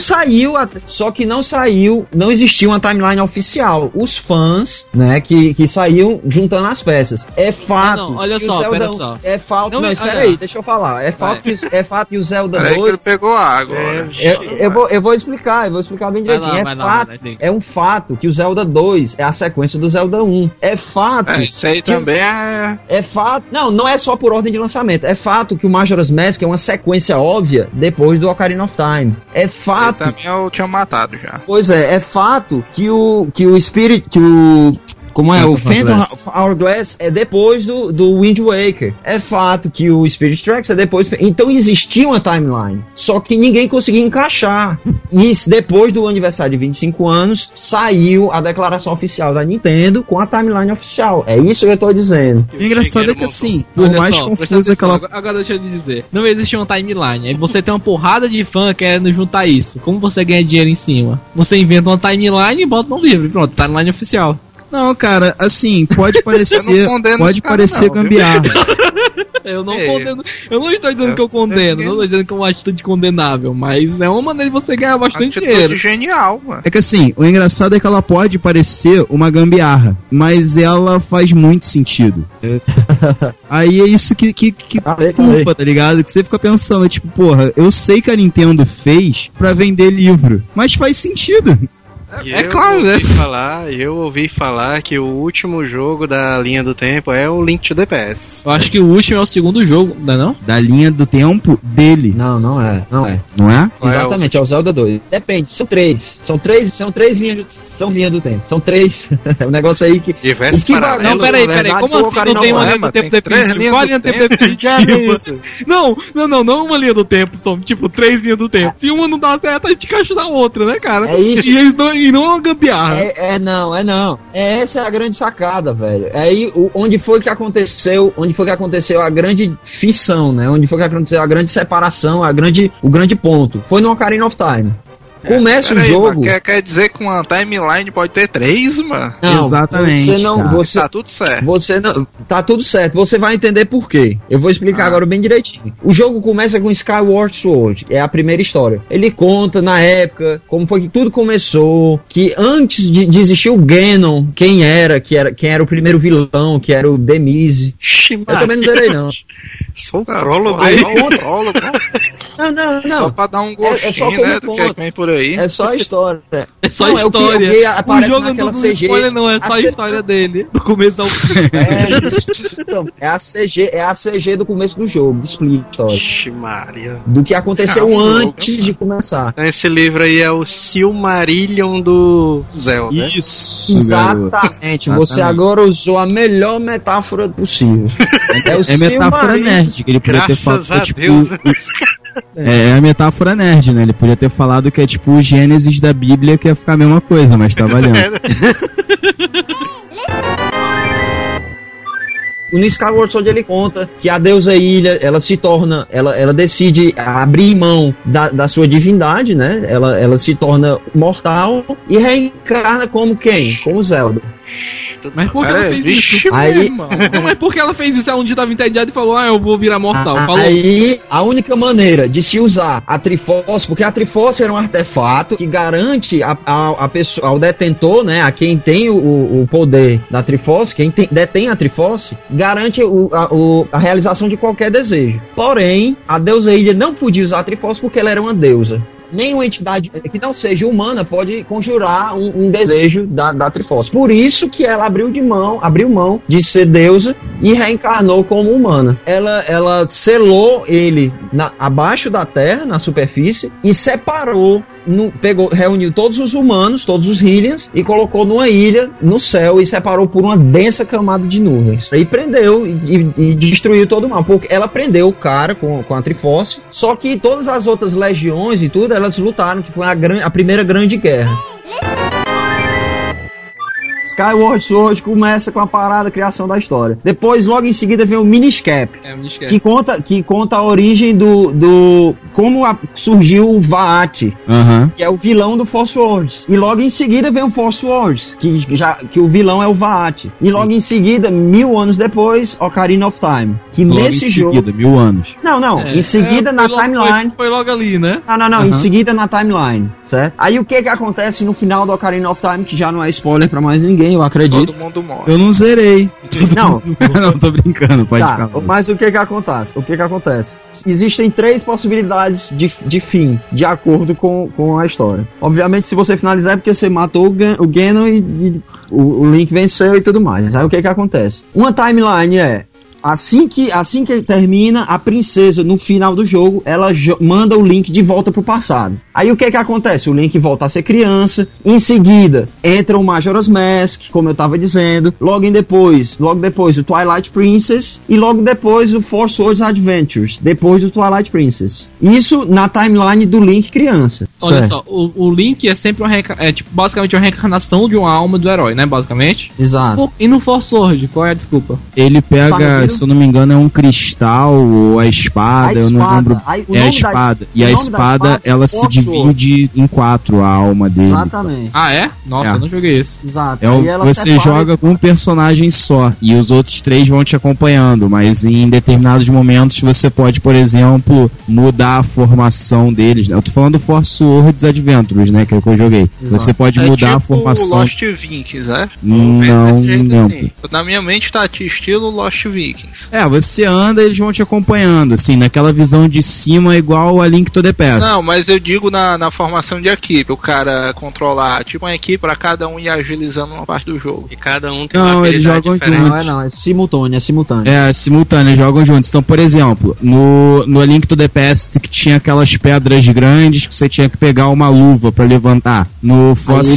existia uma timeline oficial. Os fãs, né, que saíam juntando as peças. É fato. Não, olha só, pera só. É fato. Não, espera aí, deixa eu falar. É fato que o Zelda 2. Que ele pegou água. Eu vou explicar bem direitinho. É um fato que o Zelda 2 é a sequência do Zelda 1. É fato. Isso aí também é fato. Não é só por ordem de lançamento. É fato que o Majora's Mask é uma sequência óbvia depois do Ocarina of Time. É fato. Também eu tinha matado já. Pois é fato que o Spirit. Como é? O Phantom Hourglass é depois do Wind Waker. É fato que o Spirit Tracks é depois. Então existia uma timeline. Só que ninguém conseguia encaixar. E depois do aniversário de 25 anos, saiu a declaração oficial da Nintendo com a timeline oficial. É isso que eu tô dizendo. O engraçado é que assim, por mais confusa que ela... Agora deixa eu te dizer. Não existe uma timeline. Aí você tem uma porrada de fã querendo juntar isso. Como você ganha dinheiro em cima? Você inventa uma timeline e bota no livro. Pronto, timeline oficial. Não, cara, assim, pode parecer gambiarra. Eu não condeno. Eu não estou dizendo que eu condeno, não estou dizendo que é uma atitude condenável, mas é uma maneira de você ganhar bastante dinheiro. Genial, mano. É que assim, o engraçado é que ela pode parecer uma gambiarra, mas ela faz muito sentido. Aí é isso que culpa, tá ligado? Que você fica pensando, tipo, porra, eu sei que a Nintendo fez pra vender livro, mas faz sentido. Claro, né? Eu ouvi falar que o último jogo da linha do tempo é o Link to the Past. Eu acho que o último é o segundo jogo, não é não? Da linha do tempo dele. Não é. Não é? Exatamente, é o Zelda 2. Depende, são três linhas do tempo. São três. É um negócio aí que... Não, peraí. Como assim não tem uma linha do tempo definitiva? Qual a linha do tempo definitiva? Não é uma linha do tempo, são tipo 3 linhas do tempo. Se uma não dá certo, a gente encaixa na outra, né, cara? É isso. E não é uma gambiarra. Não. Essa é a grande sacada, velho. Aí, onde foi que aconteceu a grande fissão, né? Onde foi que aconteceu a grande separação, o grande ponto? Foi no Ocarina of Time. Começa o jogo... Quer dizer que uma timeline pode ter 3, mano? Não, exatamente. Tá tudo certo. Tá tudo certo. Você vai entender por quê. Eu vou explicar agora bem direitinho. O jogo começa com Skyward Sword. É a primeira história. Ele conta, na época, como foi que tudo começou, que antes de existir o Ganon, quem era o primeiro vilão, que era o Demise. Eu também não zerei, não. Só o prólogo aí. Não. Só pra dar um gostinho, né, do que vem por aí. É só a história. É só a história. O jogo não é spoiler, não. É só a história dele. Do começo ao fim. É a CG do começo do jogo. Explica a história. Ixi, Maria. Do que aconteceu antes de começar. Esse livro aí é o Silmarillion do Zelda. Isso. Exatamente. Você agora usou a melhor metáfora possível. É metáfora nerd, que ele podia ter falado. Graças a Deus, né? É a metáfora nerd, né? Ele podia ter falado que é tipo o Gênesis da Bíblia, que ia ficar a mesma coisa, mas tá valendo. No Skyward Sword ele conta que a deusa Ilha, ela se torna, ela decide abrir mão da sua divindade, né? Ela se torna mortal e reencarna como quem? Como Zelda. Mas por que ela fez isso? Mas por que ela fez isso? Ela um dia tava entediada e falou, eu vou virar mortal. Aí, a única maneira de se usar a Triforce, porque a Triforce era um artefato que garante a pessoa, ao detentor, né, a quem tem o poder da Triforce, quem detém a Triforce, garante a realização de qualquer desejo. Porém, a deusa Ilha não podia usar a Triforce porque ela era uma deusa. nenhuma entidade que não seja humana pode conjurar um desejo da Triforce. Por isso que ela abriu mão de ser deusa e reencarnou como humana. Ela selou ele abaixo da terra, na superfície, e separou, reuniu todos os humanos, todos os Hylians, e colocou numa ilha no céu e separou por uma densa camada de nuvens. Aí prendeu e destruiu todo o mal, porque ela prendeu o cara com a Triforce, só que todas as outras legiões e tudo, elas lutaram, que foi a primeira grande guerra. Skyward Sword começa com a parada, a criação da história. Depois, logo em seguida, vem o Minish-Cap, que conta a origem do como surgiu o Vaat, que é o vilão do Force Words. E logo em seguida vem o Force Words, que o vilão é o Vaat. E logo em seguida, 1000 anos depois, Ocarina of Time. Que logo nesse jogo... 1000 anos. Não. Em seguida, na timeline... Foi logo ali, né? Não. Em seguida, na timeline, certo? Aí o que acontece no final do Ocarina of Time, que já não é spoiler pra mais ninguém, eu acredito. Todo mundo morre. Eu não zerei. Não. Não, tô brincando, pode ficar. Mas o que acontece? Existem 3 possibilidades de fim, de acordo com a história. Obviamente, se você finalizar é porque você matou o Ganon e o Link venceu e tudo mais. Aí o que acontece? Uma timeline é... Assim que termina, a princesa, no final do jogo, ela manda o Link de volta pro passado. Aí o que acontece? O Link volta a ser criança, em seguida entra o Majora's Mask, como eu tava dizendo, logo depois o Twilight Princess, e logo depois o Four Swords Adventures, depois do Twilight Princess. Isso na timeline do Link criança. Olha só, o Link é sempre basicamente uma reencarnação de uma alma do herói, né, basicamente? Exato. E no Four Swords, qual é a desculpa? Ele pega... Se eu não me engano, é um cristal ou a espada, eu não lembro. É a espada. E a espada, ela se divide em 4, a alma dele. Exatamente. Ah, é? Nossa, eu não joguei isso. Exato. Você joga com um personagem só, e os outros 3 vão te acompanhando, mas em determinados momentos você pode, por exemplo, mudar a formação deles. Eu tô falando do Force Swords Adventures, né, que é o que eu joguei. Exato. Você pode mudar a formação. Lost Vikings, né? Não. Assim. Na minha mente tá estilo Lost Vikings. Você anda e eles vão te acompanhando, assim, naquela visão de cima igual a Link to the Past. Não, mas eu digo na formação de equipe, o cara controlar, tipo uma equipe pra cada um ir agilizando uma parte do jogo. E cada um tem uma habilidade diferente. Não, é simultâneo. É simultâneo, jogam juntos. Então, por exemplo, no Link to the Past, que tinha aquelas pedras grandes que você tinha que pegar uma luva pra levantar. No Force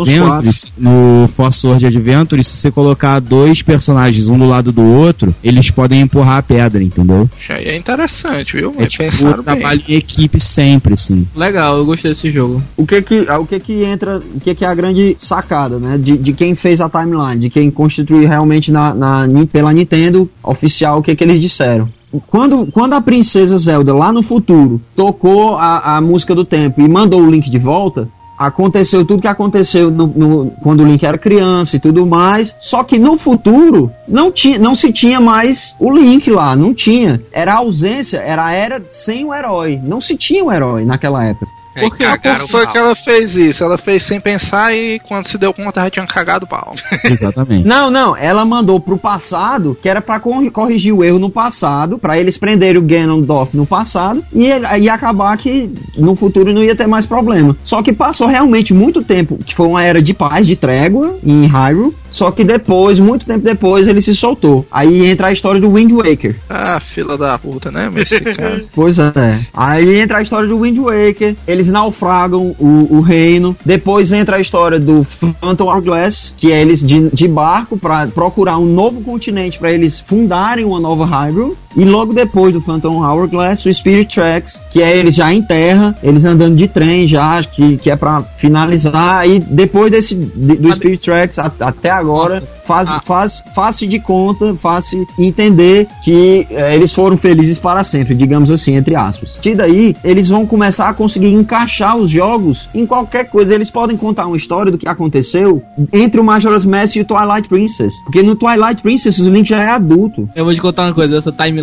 Sword Adventures, se você colocar 2 personagens um do lado do outro, eles podem empurrar a pedra, entendeu? É interessante, viu? É tipo um trabalho em equipe sempre, assim. Legal, eu gostei desse jogo. O que é a grande sacada, né? De quem fez a timeline, de quem constituiu realmente pela Nintendo oficial, o que eles disseram. Quando a princesa Zelda, lá no futuro, tocou a música do tempo e mandou o Link de volta, aconteceu tudo que aconteceu quando o Link era criança e tudo mais, só que no futuro não se tinha mais o Link lá, não tinha. Era a ausência, era a era sem o herói, não se tinha um herói naquela época. Por que foi que ela fez isso? Ela fez sem pensar e quando se deu conta já tinha cagado o pau. Exatamente. Não, ela mandou pro passado, que era pra corrigir o erro no passado, pra eles prenderem o Ganondorf no passado e acabar que no futuro não ia ter mais problema. Só que passou realmente muito tempo, que foi uma era de paz, de trégua em Hyrule, só que depois, muito tempo depois, ele se soltou. Aí entra a história do Wind Waker. Ah, fila da puta, né, mexicano? Pois é. Aí entra a história do Wind Waker, eles naufragam o reino. Depois entra a história do Phantom Hourglass, que é eles de barco para procurar um novo continente para eles fundarem uma nova Hyrule. E logo depois do Phantom Hourglass, o Spirit Tracks, que é eles já em terra, eles andando de trem já, que é para finalizar. E depois do Spirit Tracks até agora, faz-se de conta, faz-se entender que eles foram felizes para sempre, digamos assim, entre aspas. E daí, eles vão começar a conseguir encaixar os jogos em qualquer coisa. Eles podem contar uma história do que aconteceu entre o Majora's Mask e o Twilight Princess. Porque no Twilight Princess o Link já é adulto. Eu vou te contar uma coisa, essa timeline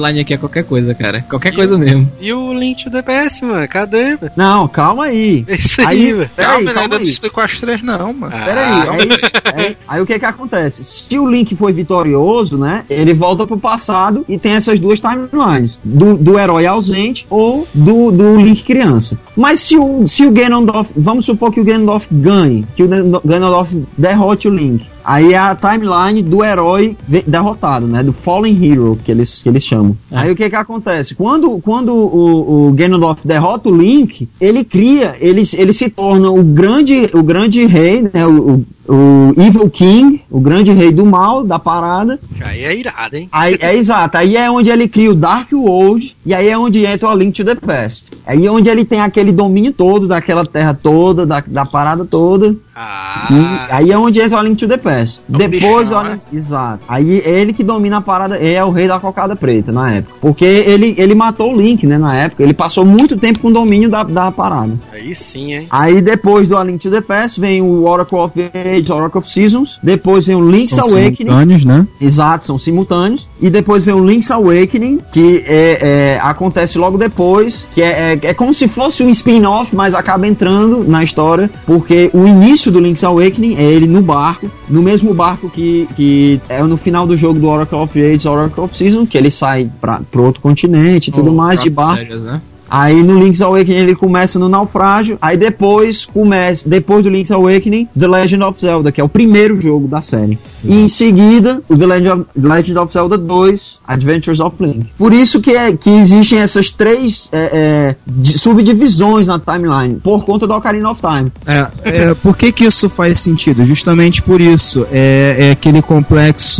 timeline aqui é qualquer coisa, cara. Qualquer coisa mesmo. E o Link to the Past, mano? Cadê? Não, calma aí. É isso aí, velho. Calma, ainda não explicou as 3 não, mano. Peraí, aí o que acontece? Se o Link foi vitorioso, né, ele volta pro passado e tem essas duas timelines, do herói ausente ou do Link criança. Mas se o Ganondorf, vamos supor que o Ganondorf ganhe, que o Ganondorf derrote o Link, aí é a timeline do herói derrotado, né? Do Fallen Hero, que eles chamam. Aí o que acontece? Quando o Ganondorf derrota o Link, ele se torna o grande rei, né? O Evil King, o grande rei do mal da parada. Aí é irado, hein? Exato. Aí é onde ele cria o Dark World, e aí é onde entra o Link to the Past. Aí é onde ele tem aquele domínio todo, daquela terra toda, da parada toda. Aí é onde entra o Link to the Past. Depois, olha, exato. Aí ele que domina a parada, é o rei da cocada preta na época. Porque ele matou o Link, né, na época. Ele passou muito tempo com o domínio da parada. Aí sim, hein? Aí depois do A Link to the Past vem o Oracle of Age, Oracle of Seasons. Depois vem o Link's Awakening. São simultâneos, né? Exato, são simultâneos. E depois vem o Link's Awakening, que acontece logo depois, que é como se fosse um spin-off, mas acaba entrando na história, porque o início do Link's Awakening é ele no barco, no mesmo barco que é no final do jogo do Oracle of Age, Oracle of Seasons, que ele sai pro outro continente e tudo mais de barco. Sérias, né? Aí no Link's Awakening ele começa no naufrágio, aí depois do Link's Awakening, The Legend of Zelda, que é o primeiro jogo da série. E em seguida, o The Legend of Zelda 2, Adventures of Link. Por isso que existem essas 3 subdivisões na timeline, por conta do Ocarina of Time. Por que isso faz sentido? Justamente por isso. É aquele complexo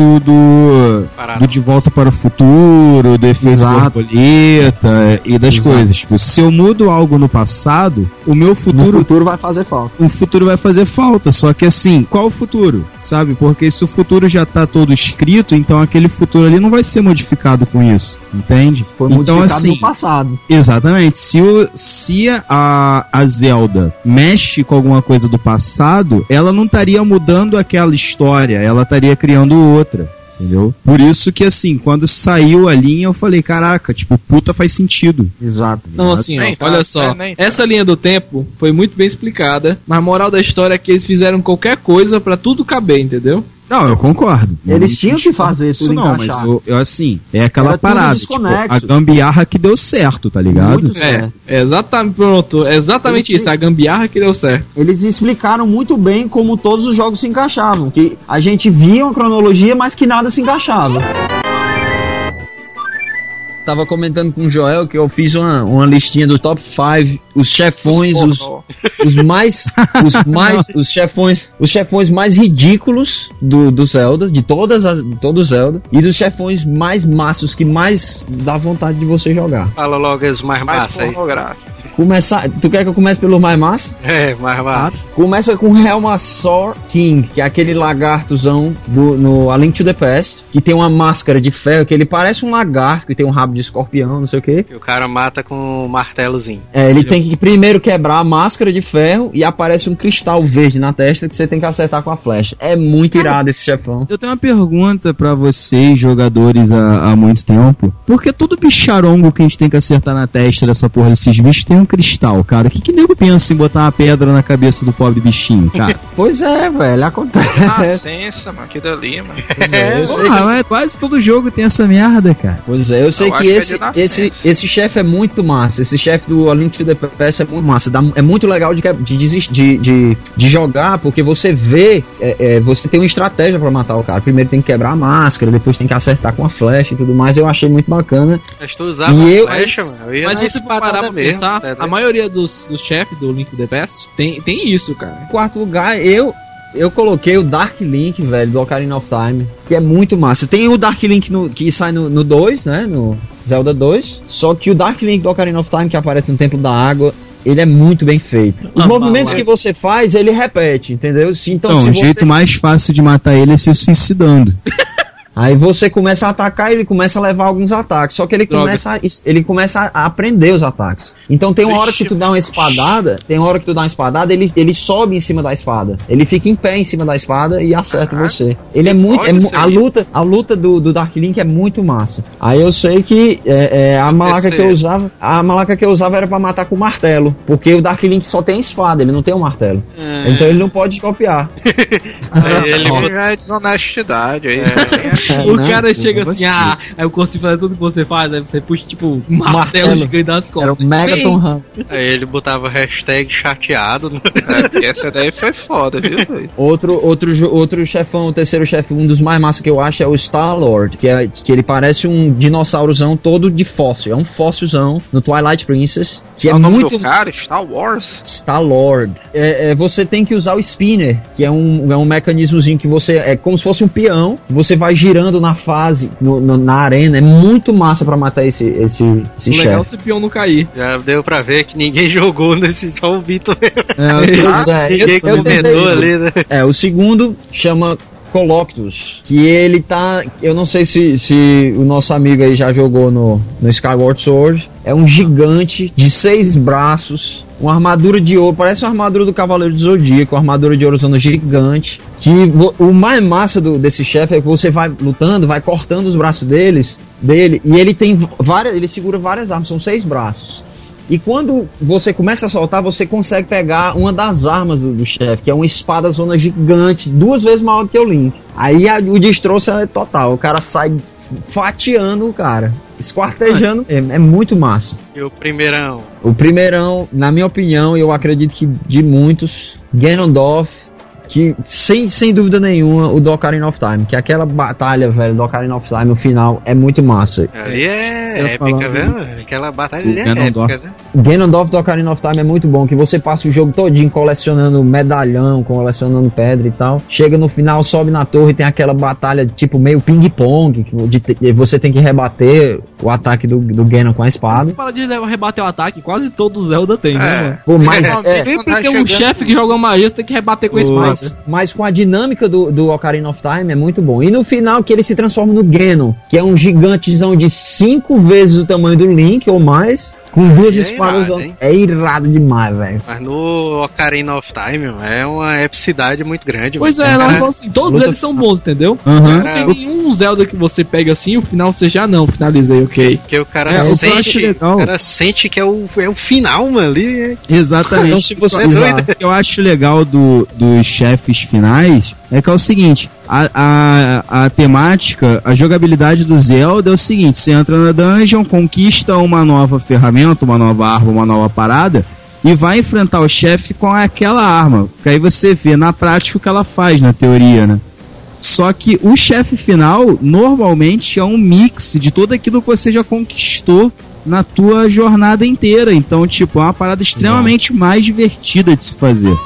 do De Volta para o Futuro, do efeito borboleta e das coisas. Tipo, se eu mudo algo no passado, o meu futuro vai fazer falta. O futuro vai fazer falta, só que assim, qual o futuro? Sabe? Porque se o futuro já tá todo escrito, então aquele futuro ali não vai ser modificado com isso, entende? Foi então, modificado assim, no passado. Exatamente. Se a Zelda mexe com alguma coisa do passado, ela não estaria mudando aquela história, ela estaria criando outra. Entendeu? Por isso que, assim, quando saiu a linha, eu falei, caraca, tipo, puta, faz sentido. Exato. Não, assim, olha só, essa linha do tempo foi muito bem explicada, mas a moral da história é que eles fizeram qualquer coisa pra tudo caber, enteu? Não, eu concordo. Eles tinham que fazer isso não, encaixar. Mas eu assim, é aquela parada, tipo, a gambiarra que deu certo, tá ligado? Exatamente isso, a gambiarra que deu certo. Eles explicaram muito bem como todos os jogos se encaixavam, que a gente via uma cronologia, mas que nada se encaixava. Tava comentando com o Joel que eu fiz uma listinha do top 5, os chefões, os chefões mais ridículos do Zelda, de todo o Zelda, e dos chefões mais maços, que mais dá vontade de você jogar. Fala logo os mais maços aí. Tu quer que eu comece pelo mais massa? Mais massa. Começa com Helmasaur King, que é aquele lagartozão no A Link to the Past, que tem uma máscara de ferro, que ele parece um lagarto, que tem um rabo de escorpião, não sei o que. E o cara mata com um martelozinho. Ele tem que primeiro quebrar a máscara de ferro e aparece um cristal verde na testa que você tem que acertar com a flecha. É muito irado esse chefão. Eu tenho uma pergunta pra vocês, jogadores há muito tempo. Por que todo bicharongo que a gente tem que acertar na testa dessa porra desses bichos tem um cristal, cara? O que nego pensa em botar uma pedra na cabeça do pobre bichinho, cara? Pois é, velho, acontece. Nascença, mano, aquilo ali, mano. Mas quase todo jogo tem essa merda, cara. Pois é, eu sei que esse chefe é muito massa. Esse chefe do A Link to the Past é muito massa. É muito legal de jogar, porque você vê, você tem uma estratégia pra matar o cara. Primeiro tem que quebrar a máscara, depois tem que acertar com a flecha e tudo mais. Eu achei muito bacana. Mas tu usava a flecha, mano. Mas se você parar pra pensar, a maioria dos chefes do Link to the Past tem isso, cara. Em quarto lugar, eu coloquei o Dark Link, velho, do Ocarina of Time, que é muito massa. Tem o Dark Link que sai no 2, né, no Zelda 2, só que o Dark Link do Ocarina of Time, que aparece no Templo da Água, ele é muito bem feito. Os movimentos que você faz, ele repete, entendeu? Então o jeito mais fácil de matar ele é se suicidando. Aí você começa a atacar e ele começa a levar alguns ataques. Só que ele começa a aprender os ataques. Então tem uma hora que tu dá uma espadada, ele sobe em cima da espada. Ele fica em pé em cima da espada e acerta você. Ele é muito... a luta do Dark Link é muito massa. Aí eu sei que a malaca que eu usava era pra matar com martelo. Porque o Dark Link só tem espada, ele não tem um martelo. Então ele não pode copiar. Ele já é desonestidade. O cara chega assim, aí eu consigo fazer tudo que você faz, aí você puxa tipo um martelo gigante das costas. Era o Megaton Ram. Aí ele botava hashtag chateado. Essa daí foi foda, viu? Outro chefão, o terceiro chefe, um dos mais massa que eu acho é o Star-Lord, que ele parece um dinossaurozão todo de fóssil. É um fóssilzão no Twilight Princess, que é muito... do cara, Star Wars? Star-Lord. Você tem que usar o Spinner, que é um mecanismozinho que você... É como se fosse um peão, você vai girando na fase, na arena. É muito massa pra matar esse chefe. Legal esse peão não cair. Já deu pra ver que ninguém jogou nesse, só o Vitor. Ninguém comentou ali, né? O segundo chama Coloctus, que ele tá... Eu não sei se o nosso amigo aí já jogou no Skyward Sword. É um gigante de 6 braços, uma armadura de ouro, parece uma armadura do Cavaleiro do Zodíaco, uma armadura de ouro zona gigante. Que o mais massa desse chefe é que você vai lutando, vai cortando os braços dele, e ele segura várias armas, são 6 braços. E quando você começa a soltar, você consegue pegar uma das armas do chefe, que é uma espada zona gigante, 2 vezes maior do que o Link. Aí o destroço é total, o cara sai fatiando o cara, esquartejando mesmo, é muito massa. E o primeirão? O primeirão, na minha opinião, eu acredito que de muitos, Ganondorf, que sem dúvida nenhuma o do Ocarina of Time, que aquela batalha, velho, do Ocarina of Time no final é muito massa. Ali é épica, velho. Aquela batalha ali é épica, né? Ganondorf do Ocarina of Time é muito bom, que você passa o jogo todinho colecionando medalhão, colecionando pedra e tal. Chega no final, sobe na torre e tem aquela batalha tipo meio ping-pong, que você tem que rebater o ataque do Ganon com a espada. Se para de rebater o ataque, quase todo Zelda tem, né? Pô, mas sempre tem um chefe que joga magia, você tem que rebater com a espada. Mas com a dinâmica do Ocarina of Time é muito bom. E no final que ele se transforma no Ganon, que é um gigantezão de 5 vezes o tamanho do Link ou mais, com 2 espadas. É irado demais, velho. Mas no Ocarina of Time é uma epicidade muito grande. Pois é, não, assim, todos eles são bons, entendeu? Não tem nenhum Zelda que você pega assim, o final você já não finalizei, ok. Porque o cara sente que é o final, mano, ali. Exatamente. Então, se você o que eu acho legal dos chefes finais é que é o seguinte, a temática, a jogabilidade do Zelda é o seguinte: você entra na dungeon, conquista uma nova ferramenta, uma nova arma, uma nova parada e vai enfrentar o chefe com aquela arma, que aí você vê na prática o que ela faz, na teoria, né? Só que o chefe final normalmente é um mix de tudo aquilo que você já conquistou na tua jornada inteira. Então, tipo, é uma parada extremamente mais divertida de se fazer.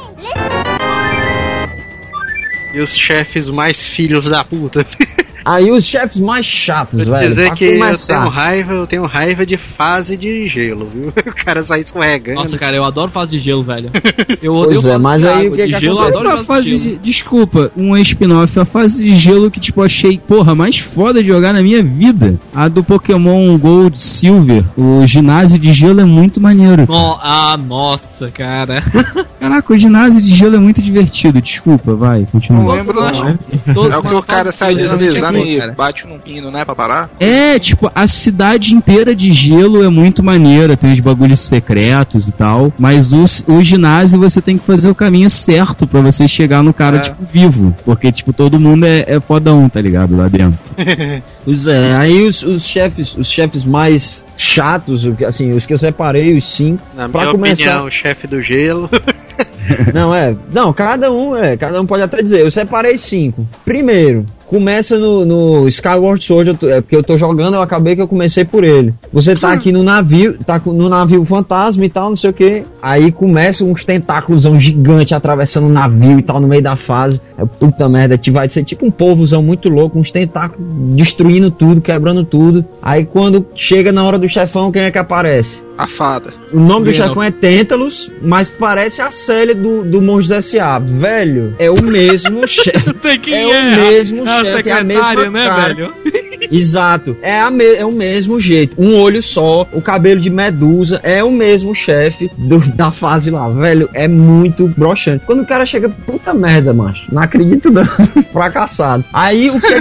E os chefes mais filhos da puta. Aí os chefes mais chatos, velho. Quer dizer que eu tenho raiva de fase de gelo, viu? O cara sai escorregando. Nossa, cara, eu adoro fase de gelo, velho. Eu odeio mas aí o que acontece? Desculpa, um spin-off, a fase de gelo que, tipo, achei, mais foda de jogar na minha vida. A do Pokémon Gold Silver. O ginásio de gelo é muito maneiro. Nossa, cara. Caraca, o ginásio de gelo é muito divertido. Desculpa, vai, continua. Não lembro, não. É o que o cara sai deslizando e bate num pino, né, pra parar? Tipo, a cidade inteira de gelo é muito maneira, tem os bagulhos secretos e tal, mas o ginásio você tem que fazer o caminho certo pra você chegar no cara, tipo, vivo, porque, tipo, todo mundo é fodão, tá ligado, lá dentro. Pois é, aí os chefes mais chatos, assim, os que eu separei, os 5, na minha opinião, o chefe do gelo. Não, cada um pode até dizer, eu separei 5. Primeiro, começa no Skyward Sword, porque eu tô jogando, eu acabei que eu comecei por ele. Você tá aqui no navio, no navio fantasma e tal, não sei o que. Aí começa uns tentáculos gigantes atravessando o navio e tal, no meio da fase. Puta merda, vai ser tipo um povozão muito louco, uns tentáculos destruindo tudo, quebrando tudo. Aí quando chega na hora do chefão, quem é que aparece? A fada. O nome do chefão é Têntalos, mas parece a Célia do Monstros S.A. Velho, é o mesmo chefe. O mesmo aquela secretária, né, velho? Exato, é o mesmo jeito, um olho só, o cabelo de Medusa, é o mesmo chefe da fase lá, velho, é muito broxante. Quando o cara chega, puta merda, macho, não acredito não, fracassado. Aí o que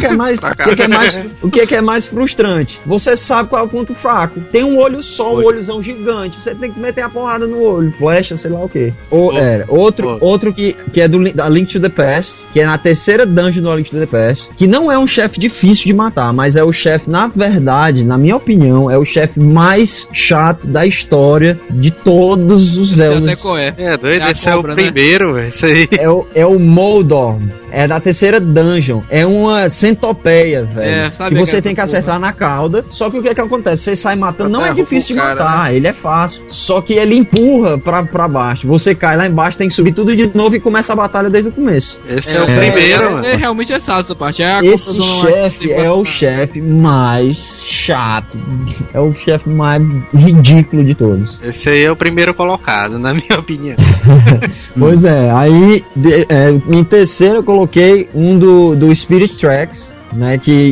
é mais frustrante? Você sabe qual é o ponto fraco, tem um olho só, um olhozão gigante, você tem que meter a porrada no olho, flecha, sei lá o que. Outro que é da Link to the Past, que é na terceira dungeon do Link to the Past, que não é um chefe difícil de matar, mas é o chefe, na verdade, na minha opinião, é o chefe mais chato da história de todos os Zeldas. Doido, esse é o primeiro, velho, isso aí. É o Moldorm, é da terceira dungeon, é uma centopeia, velho, que você tem que acertar na cauda, só que o que é que acontece? Você sai matando, não é difícil de matar, né? Ele é fácil, só que ele empurra pra baixo, você cai lá embaixo, tem que subir tudo de novo e começa a batalha desde o começo. Esse é o primeiro, mano. Realmente é chato essa parte. Esse chefe é o chefe mais chato, é o chefe mais ridículo de todos. Esse aí é o primeiro colocado, na minha opinião. Pois é, aí em terceiro eu coloquei um do Spirit Tracks, né, que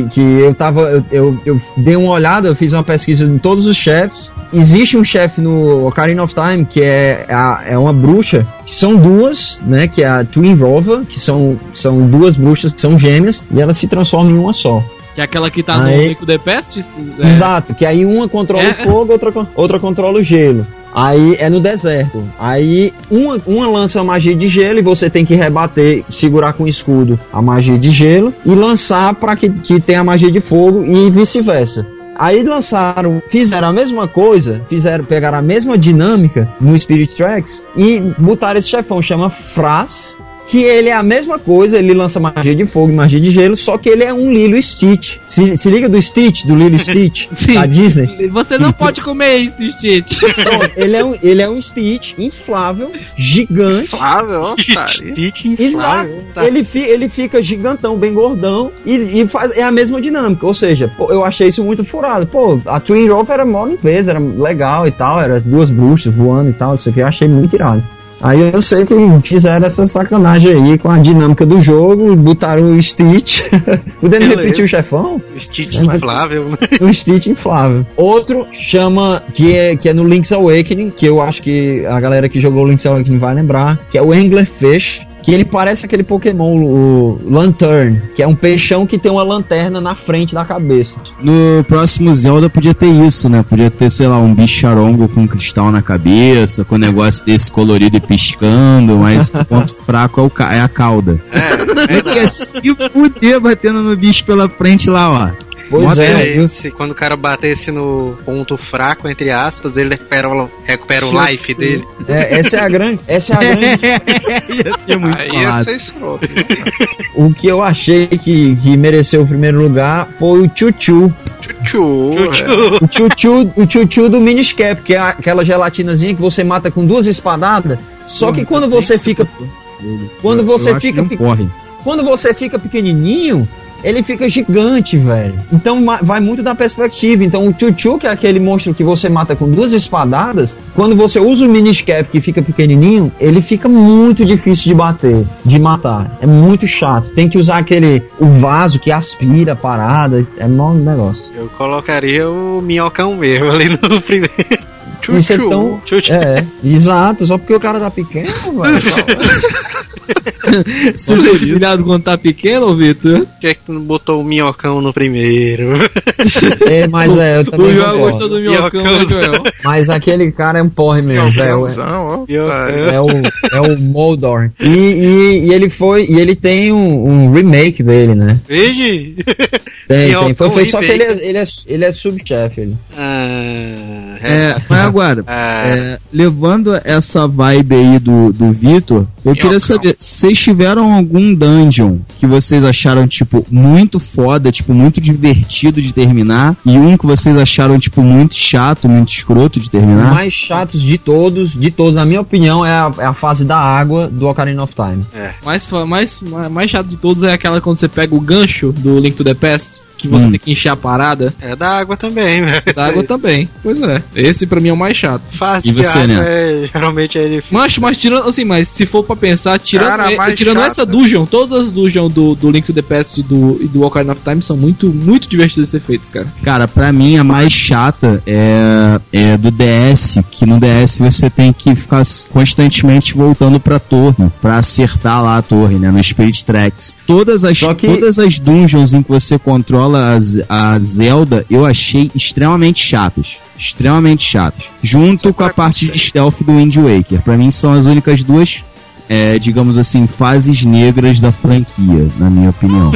eu dei uma olhada, eu fiz uma pesquisa em todos os chefes. Existe um chefe no Ocarina of Time que é uma bruxa, que são duas, né, que é a Twin Rova, que são duas bruxas que são gêmeas, e elas se transformam em uma só. Que é aquela que tá no Link to the Past? Exato, que aí uma controla o fogo, outra controla o gelo. Aí é no deserto. Aí uma lança a magia de gelo e você tem que rebater, segurar com o escudo a magia de gelo e lançar para que tenha a magia de fogo e vice-versa. Aí fizeram a mesma coisa, pegaram a mesma dinâmica no Spirit Tracks e botaram esse chefão, chama Fraz, que ele é a mesma coisa, ele lança magia de fogo e magia de gelo, só que ele é um Lilo Stitch. Se liga do Stitch, do Lilo Stitch, da Disney? Você não pode comer esse Stitch. Então, ele é um Stitch inflável, gigante. Inflável? Stitch inflável. Tá. Ele fica gigantão, bem gordão, e é a mesma dinâmica. Ou seja, eu achei isso muito furado. Pô, a Twin Rope era mó limpeza, era legal e tal, eram as duas bruxas voando e tal, isso aqui eu achei muito irado. Aí eu sei que fizeram essa sacanagem aí com a dinâmica do jogo, botaram o Stitch. Podendo repetir o chefão? O Stitch inflável. O Stitch inflável. Outro chama, que é no Link's Awakening, que eu acho que a galera que jogou o Link's Awakening vai lembrar, que é o Anglerfish, que ele parece aquele Pokémon, o Lantern, que é um peixão que tem uma lanterna na frente da cabeça. No próximo Zelda podia ter isso, né? Podia ter, sei lá, um bicharongo com um cristal na cabeça, com um negócio desse colorido e piscando, mas o ponto fraco é a cauda. Ele quer se fuder batendo no bicho pela frente lá, ó. Pois quando o cara batesse no ponto fraco, entre aspas, ele recupera o life dele. Essa é a grande. Ia ser muito ia ser escroto. O que eu achei que mereceu o primeiro lugar foi o Chuchu. O Chuchu do Miniscap, que é aquela gelatinazinha que você mata com duas espadadas. Só que quando você fica. Quando você fica pequenininho, ele fica gigante, velho. Então vai muito da perspectiva. Então o Chuchu, que é aquele monstro que você mata com duas espadadas, quando você usa o Miniscap, que fica pequenininho, ele fica muito difícil de matar. É muito chato. Tem que usar o vaso que aspira a parada. É mau negócio. Eu colocaria o minhocão mesmo ali no primeiro. Isso é tão... exato. Só porque o cara tá pequeno, velho. Você tá cuidado quando tá pequeno, Vitor? Por que tu não botou o minhocão no primeiro? Mas eu também o João gostou do minhocão, né, Joel? Mas aquele cara é um porre mesmo, velho. É o Moldorm. E ele tem um remake dele, né? Veja! Tem. Foi feito, só que ele é subchefe. Mas agora, levando essa vibe aí do Vitor, eu queria saber, vocês tiveram algum dungeon que vocês acharam, tipo, muito foda, tipo, muito divertido de terminar, e um que vocês acharam, tipo, muito chato, muito escroto de terminar? Os mais chatos de todos, na minha opinião, é a fase da água do Ocarina of Time. Mais chato de todos é aquela quando você pega o gancho do Link to the Past, que você tem que encher a parada. É da água também, né? Da água também. Pois é. Esse pra mim é o mais chato. Fácil. E você, né? Geralmente é difícil. Mas tirando, assim, mas se for pra pensar, tirando... Cara, tirando essa dungeon, todas as dungeons do Link to the Past e do Ocarina of Time são muito, muito divertidas de ser feitas, cara. Cara, pra mim a mais chata é do DS, que no DS você tem que ficar constantemente voltando pra torre, pra acertar lá a torre, né, no Spirit Tracks. Todas as dungeons em que você controla a Zelda, eu achei extremamente chatas. Junto com a parte de stealth do Wind Waker. Pra mim são as únicas duas, digamos assim, fases negras da franquia, na minha opinião.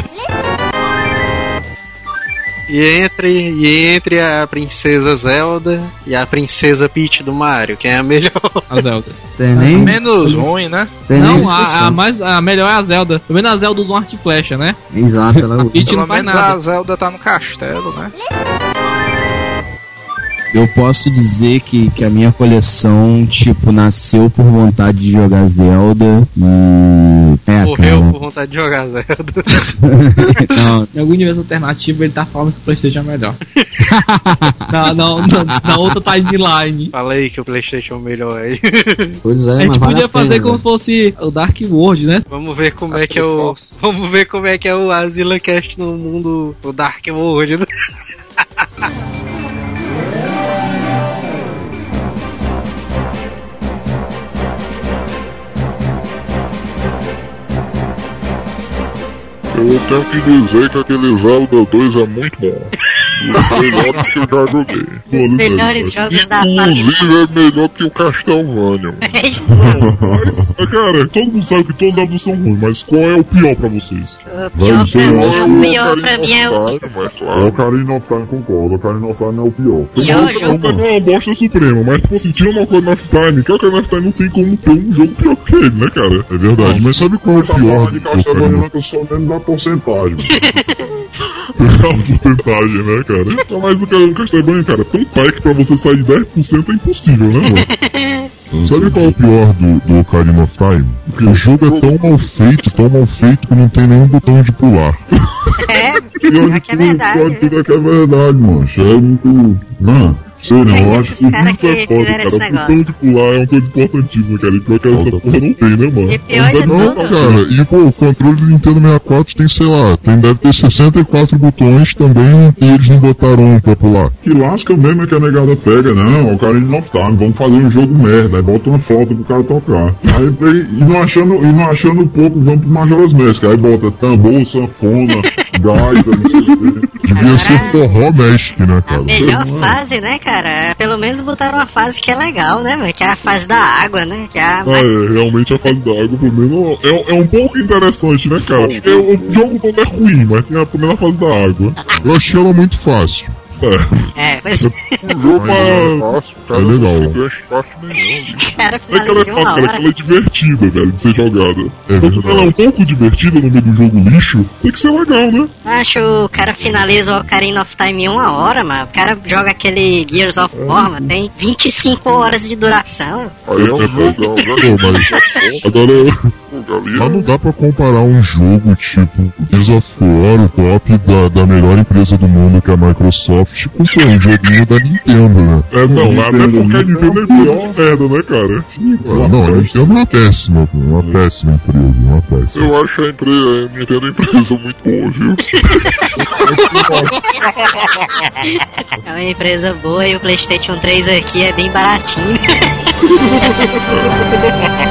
E entre a Princesa Zelda e a Princesa Peach do Mario, quem é a melhor? A Zelda. Tem nem menos ruim, né? Não, a melhor é a Zelda. Pelo menos a Zelda usa um arco e flecha, né? Exato, ela Peach não faz nada. A Zelda tá no castelo, né? Eu posso dizer que a minha coleção, tipo, nasceu por vontade de jogar Zelda e... Morreu por vontade de jogar Zelda. Não. Em algum universo alternativo ele tá falando que o PlayStation é melhor. Na outra timeline. Falei que o PlayStation é o melhor aí. Pois é, a gente podia fazer como fosse o Dark World, né? Vamos ver como é que é o Azila Cast no mundo, o Dark World, né? Eu tenho que dizer que aquele Zelda 2 é muito bom. Melhor do que eu já joguei. Os melhores jogos da Inclusive é melhor que o Castlevania. Mas, cara, todo mundo sabe que todos os Zeldas são ruins, mas qual é o pior pra vocês? O pior pra mim é o Ocarina of Time, concordo. Ocarina of Time é o pior. Pior jogo? É uma bosta suprema, mas tipo assim, tirando o Ocarina of Time, que o Ocarina of Time não tem como ter um jogo pior que ele, né, cara? É verdade, mas sabe qual é o pior? Eu só lembro da porcentagem. A porcentagem, né, cara? Mas o Castlevania, cara, tão tight que pra você sair de 10% é impossível, né, mano? Sabe qual é o pior do Ocarina of Time? Porque o jogo é tão mal feito que não tem nenhum botão de pular. É que é verdade. Tudo que é verdade, mano. É muito... Não. Sei não, eu acho que caras que fizeram esse negócio. O botão de pular é uma coisa importantíssima, cara. E pior que essa porra não tem, né, mano? E pior de não, tudo. Cara, e pô, o controle do Nintendo 64 tem, sei lá, deve ter 64 botões também e eles não botaram um pra pular. Que lasca mesmo é que a negada pega, não, o cara não tá, vamos fazer um jogo merda, aí bota uma foto pro cara tocar. Aí, e não achando pouco, vamos pro Majora's Mask, aí bota tambor, sanfona, gaita, não sei o quê. Devia ser forró Magic, né, cara? A melhor fase, né, cara? Pelo menos botaram uma fase que é legal, né, mano? Que é a fase da água, né? Que é realmente a fase da água, pelo menos, é um pouco interessante, né, cara? Porque o jogo todo é ruim, mas tem a primeira fase da água. Eu achei ela muito fácil. Pois o jogo é legal. Cara, é que ela é fácil, cara, que ela é divertida, velho, de ser jogada. Então, ela é um pouco divertida no meio do jogo lixo, tem que ser legal, né? Acho o cara finaliza o Ocarina of Time em 1 hora, mano. O cara joga aquele Gears of War, mano, tem 25 horas de duração. Aí é legal, né? Mas agora... Mas não dá pra comparar um jogo tipo Gears of War, o top da melhor empresa do mundo, que é a Microsoft, com um joguinho da Nintendo, né? Não, até porque a Nintendo é pior merda, né, cara? Não, a Nintendo é uma péssima empresa, uma péssima. Eu acho a Nintendo a empresa muito boa, viu? É uma empresa boa e o PlayStation 3 aqui é bem baratinho.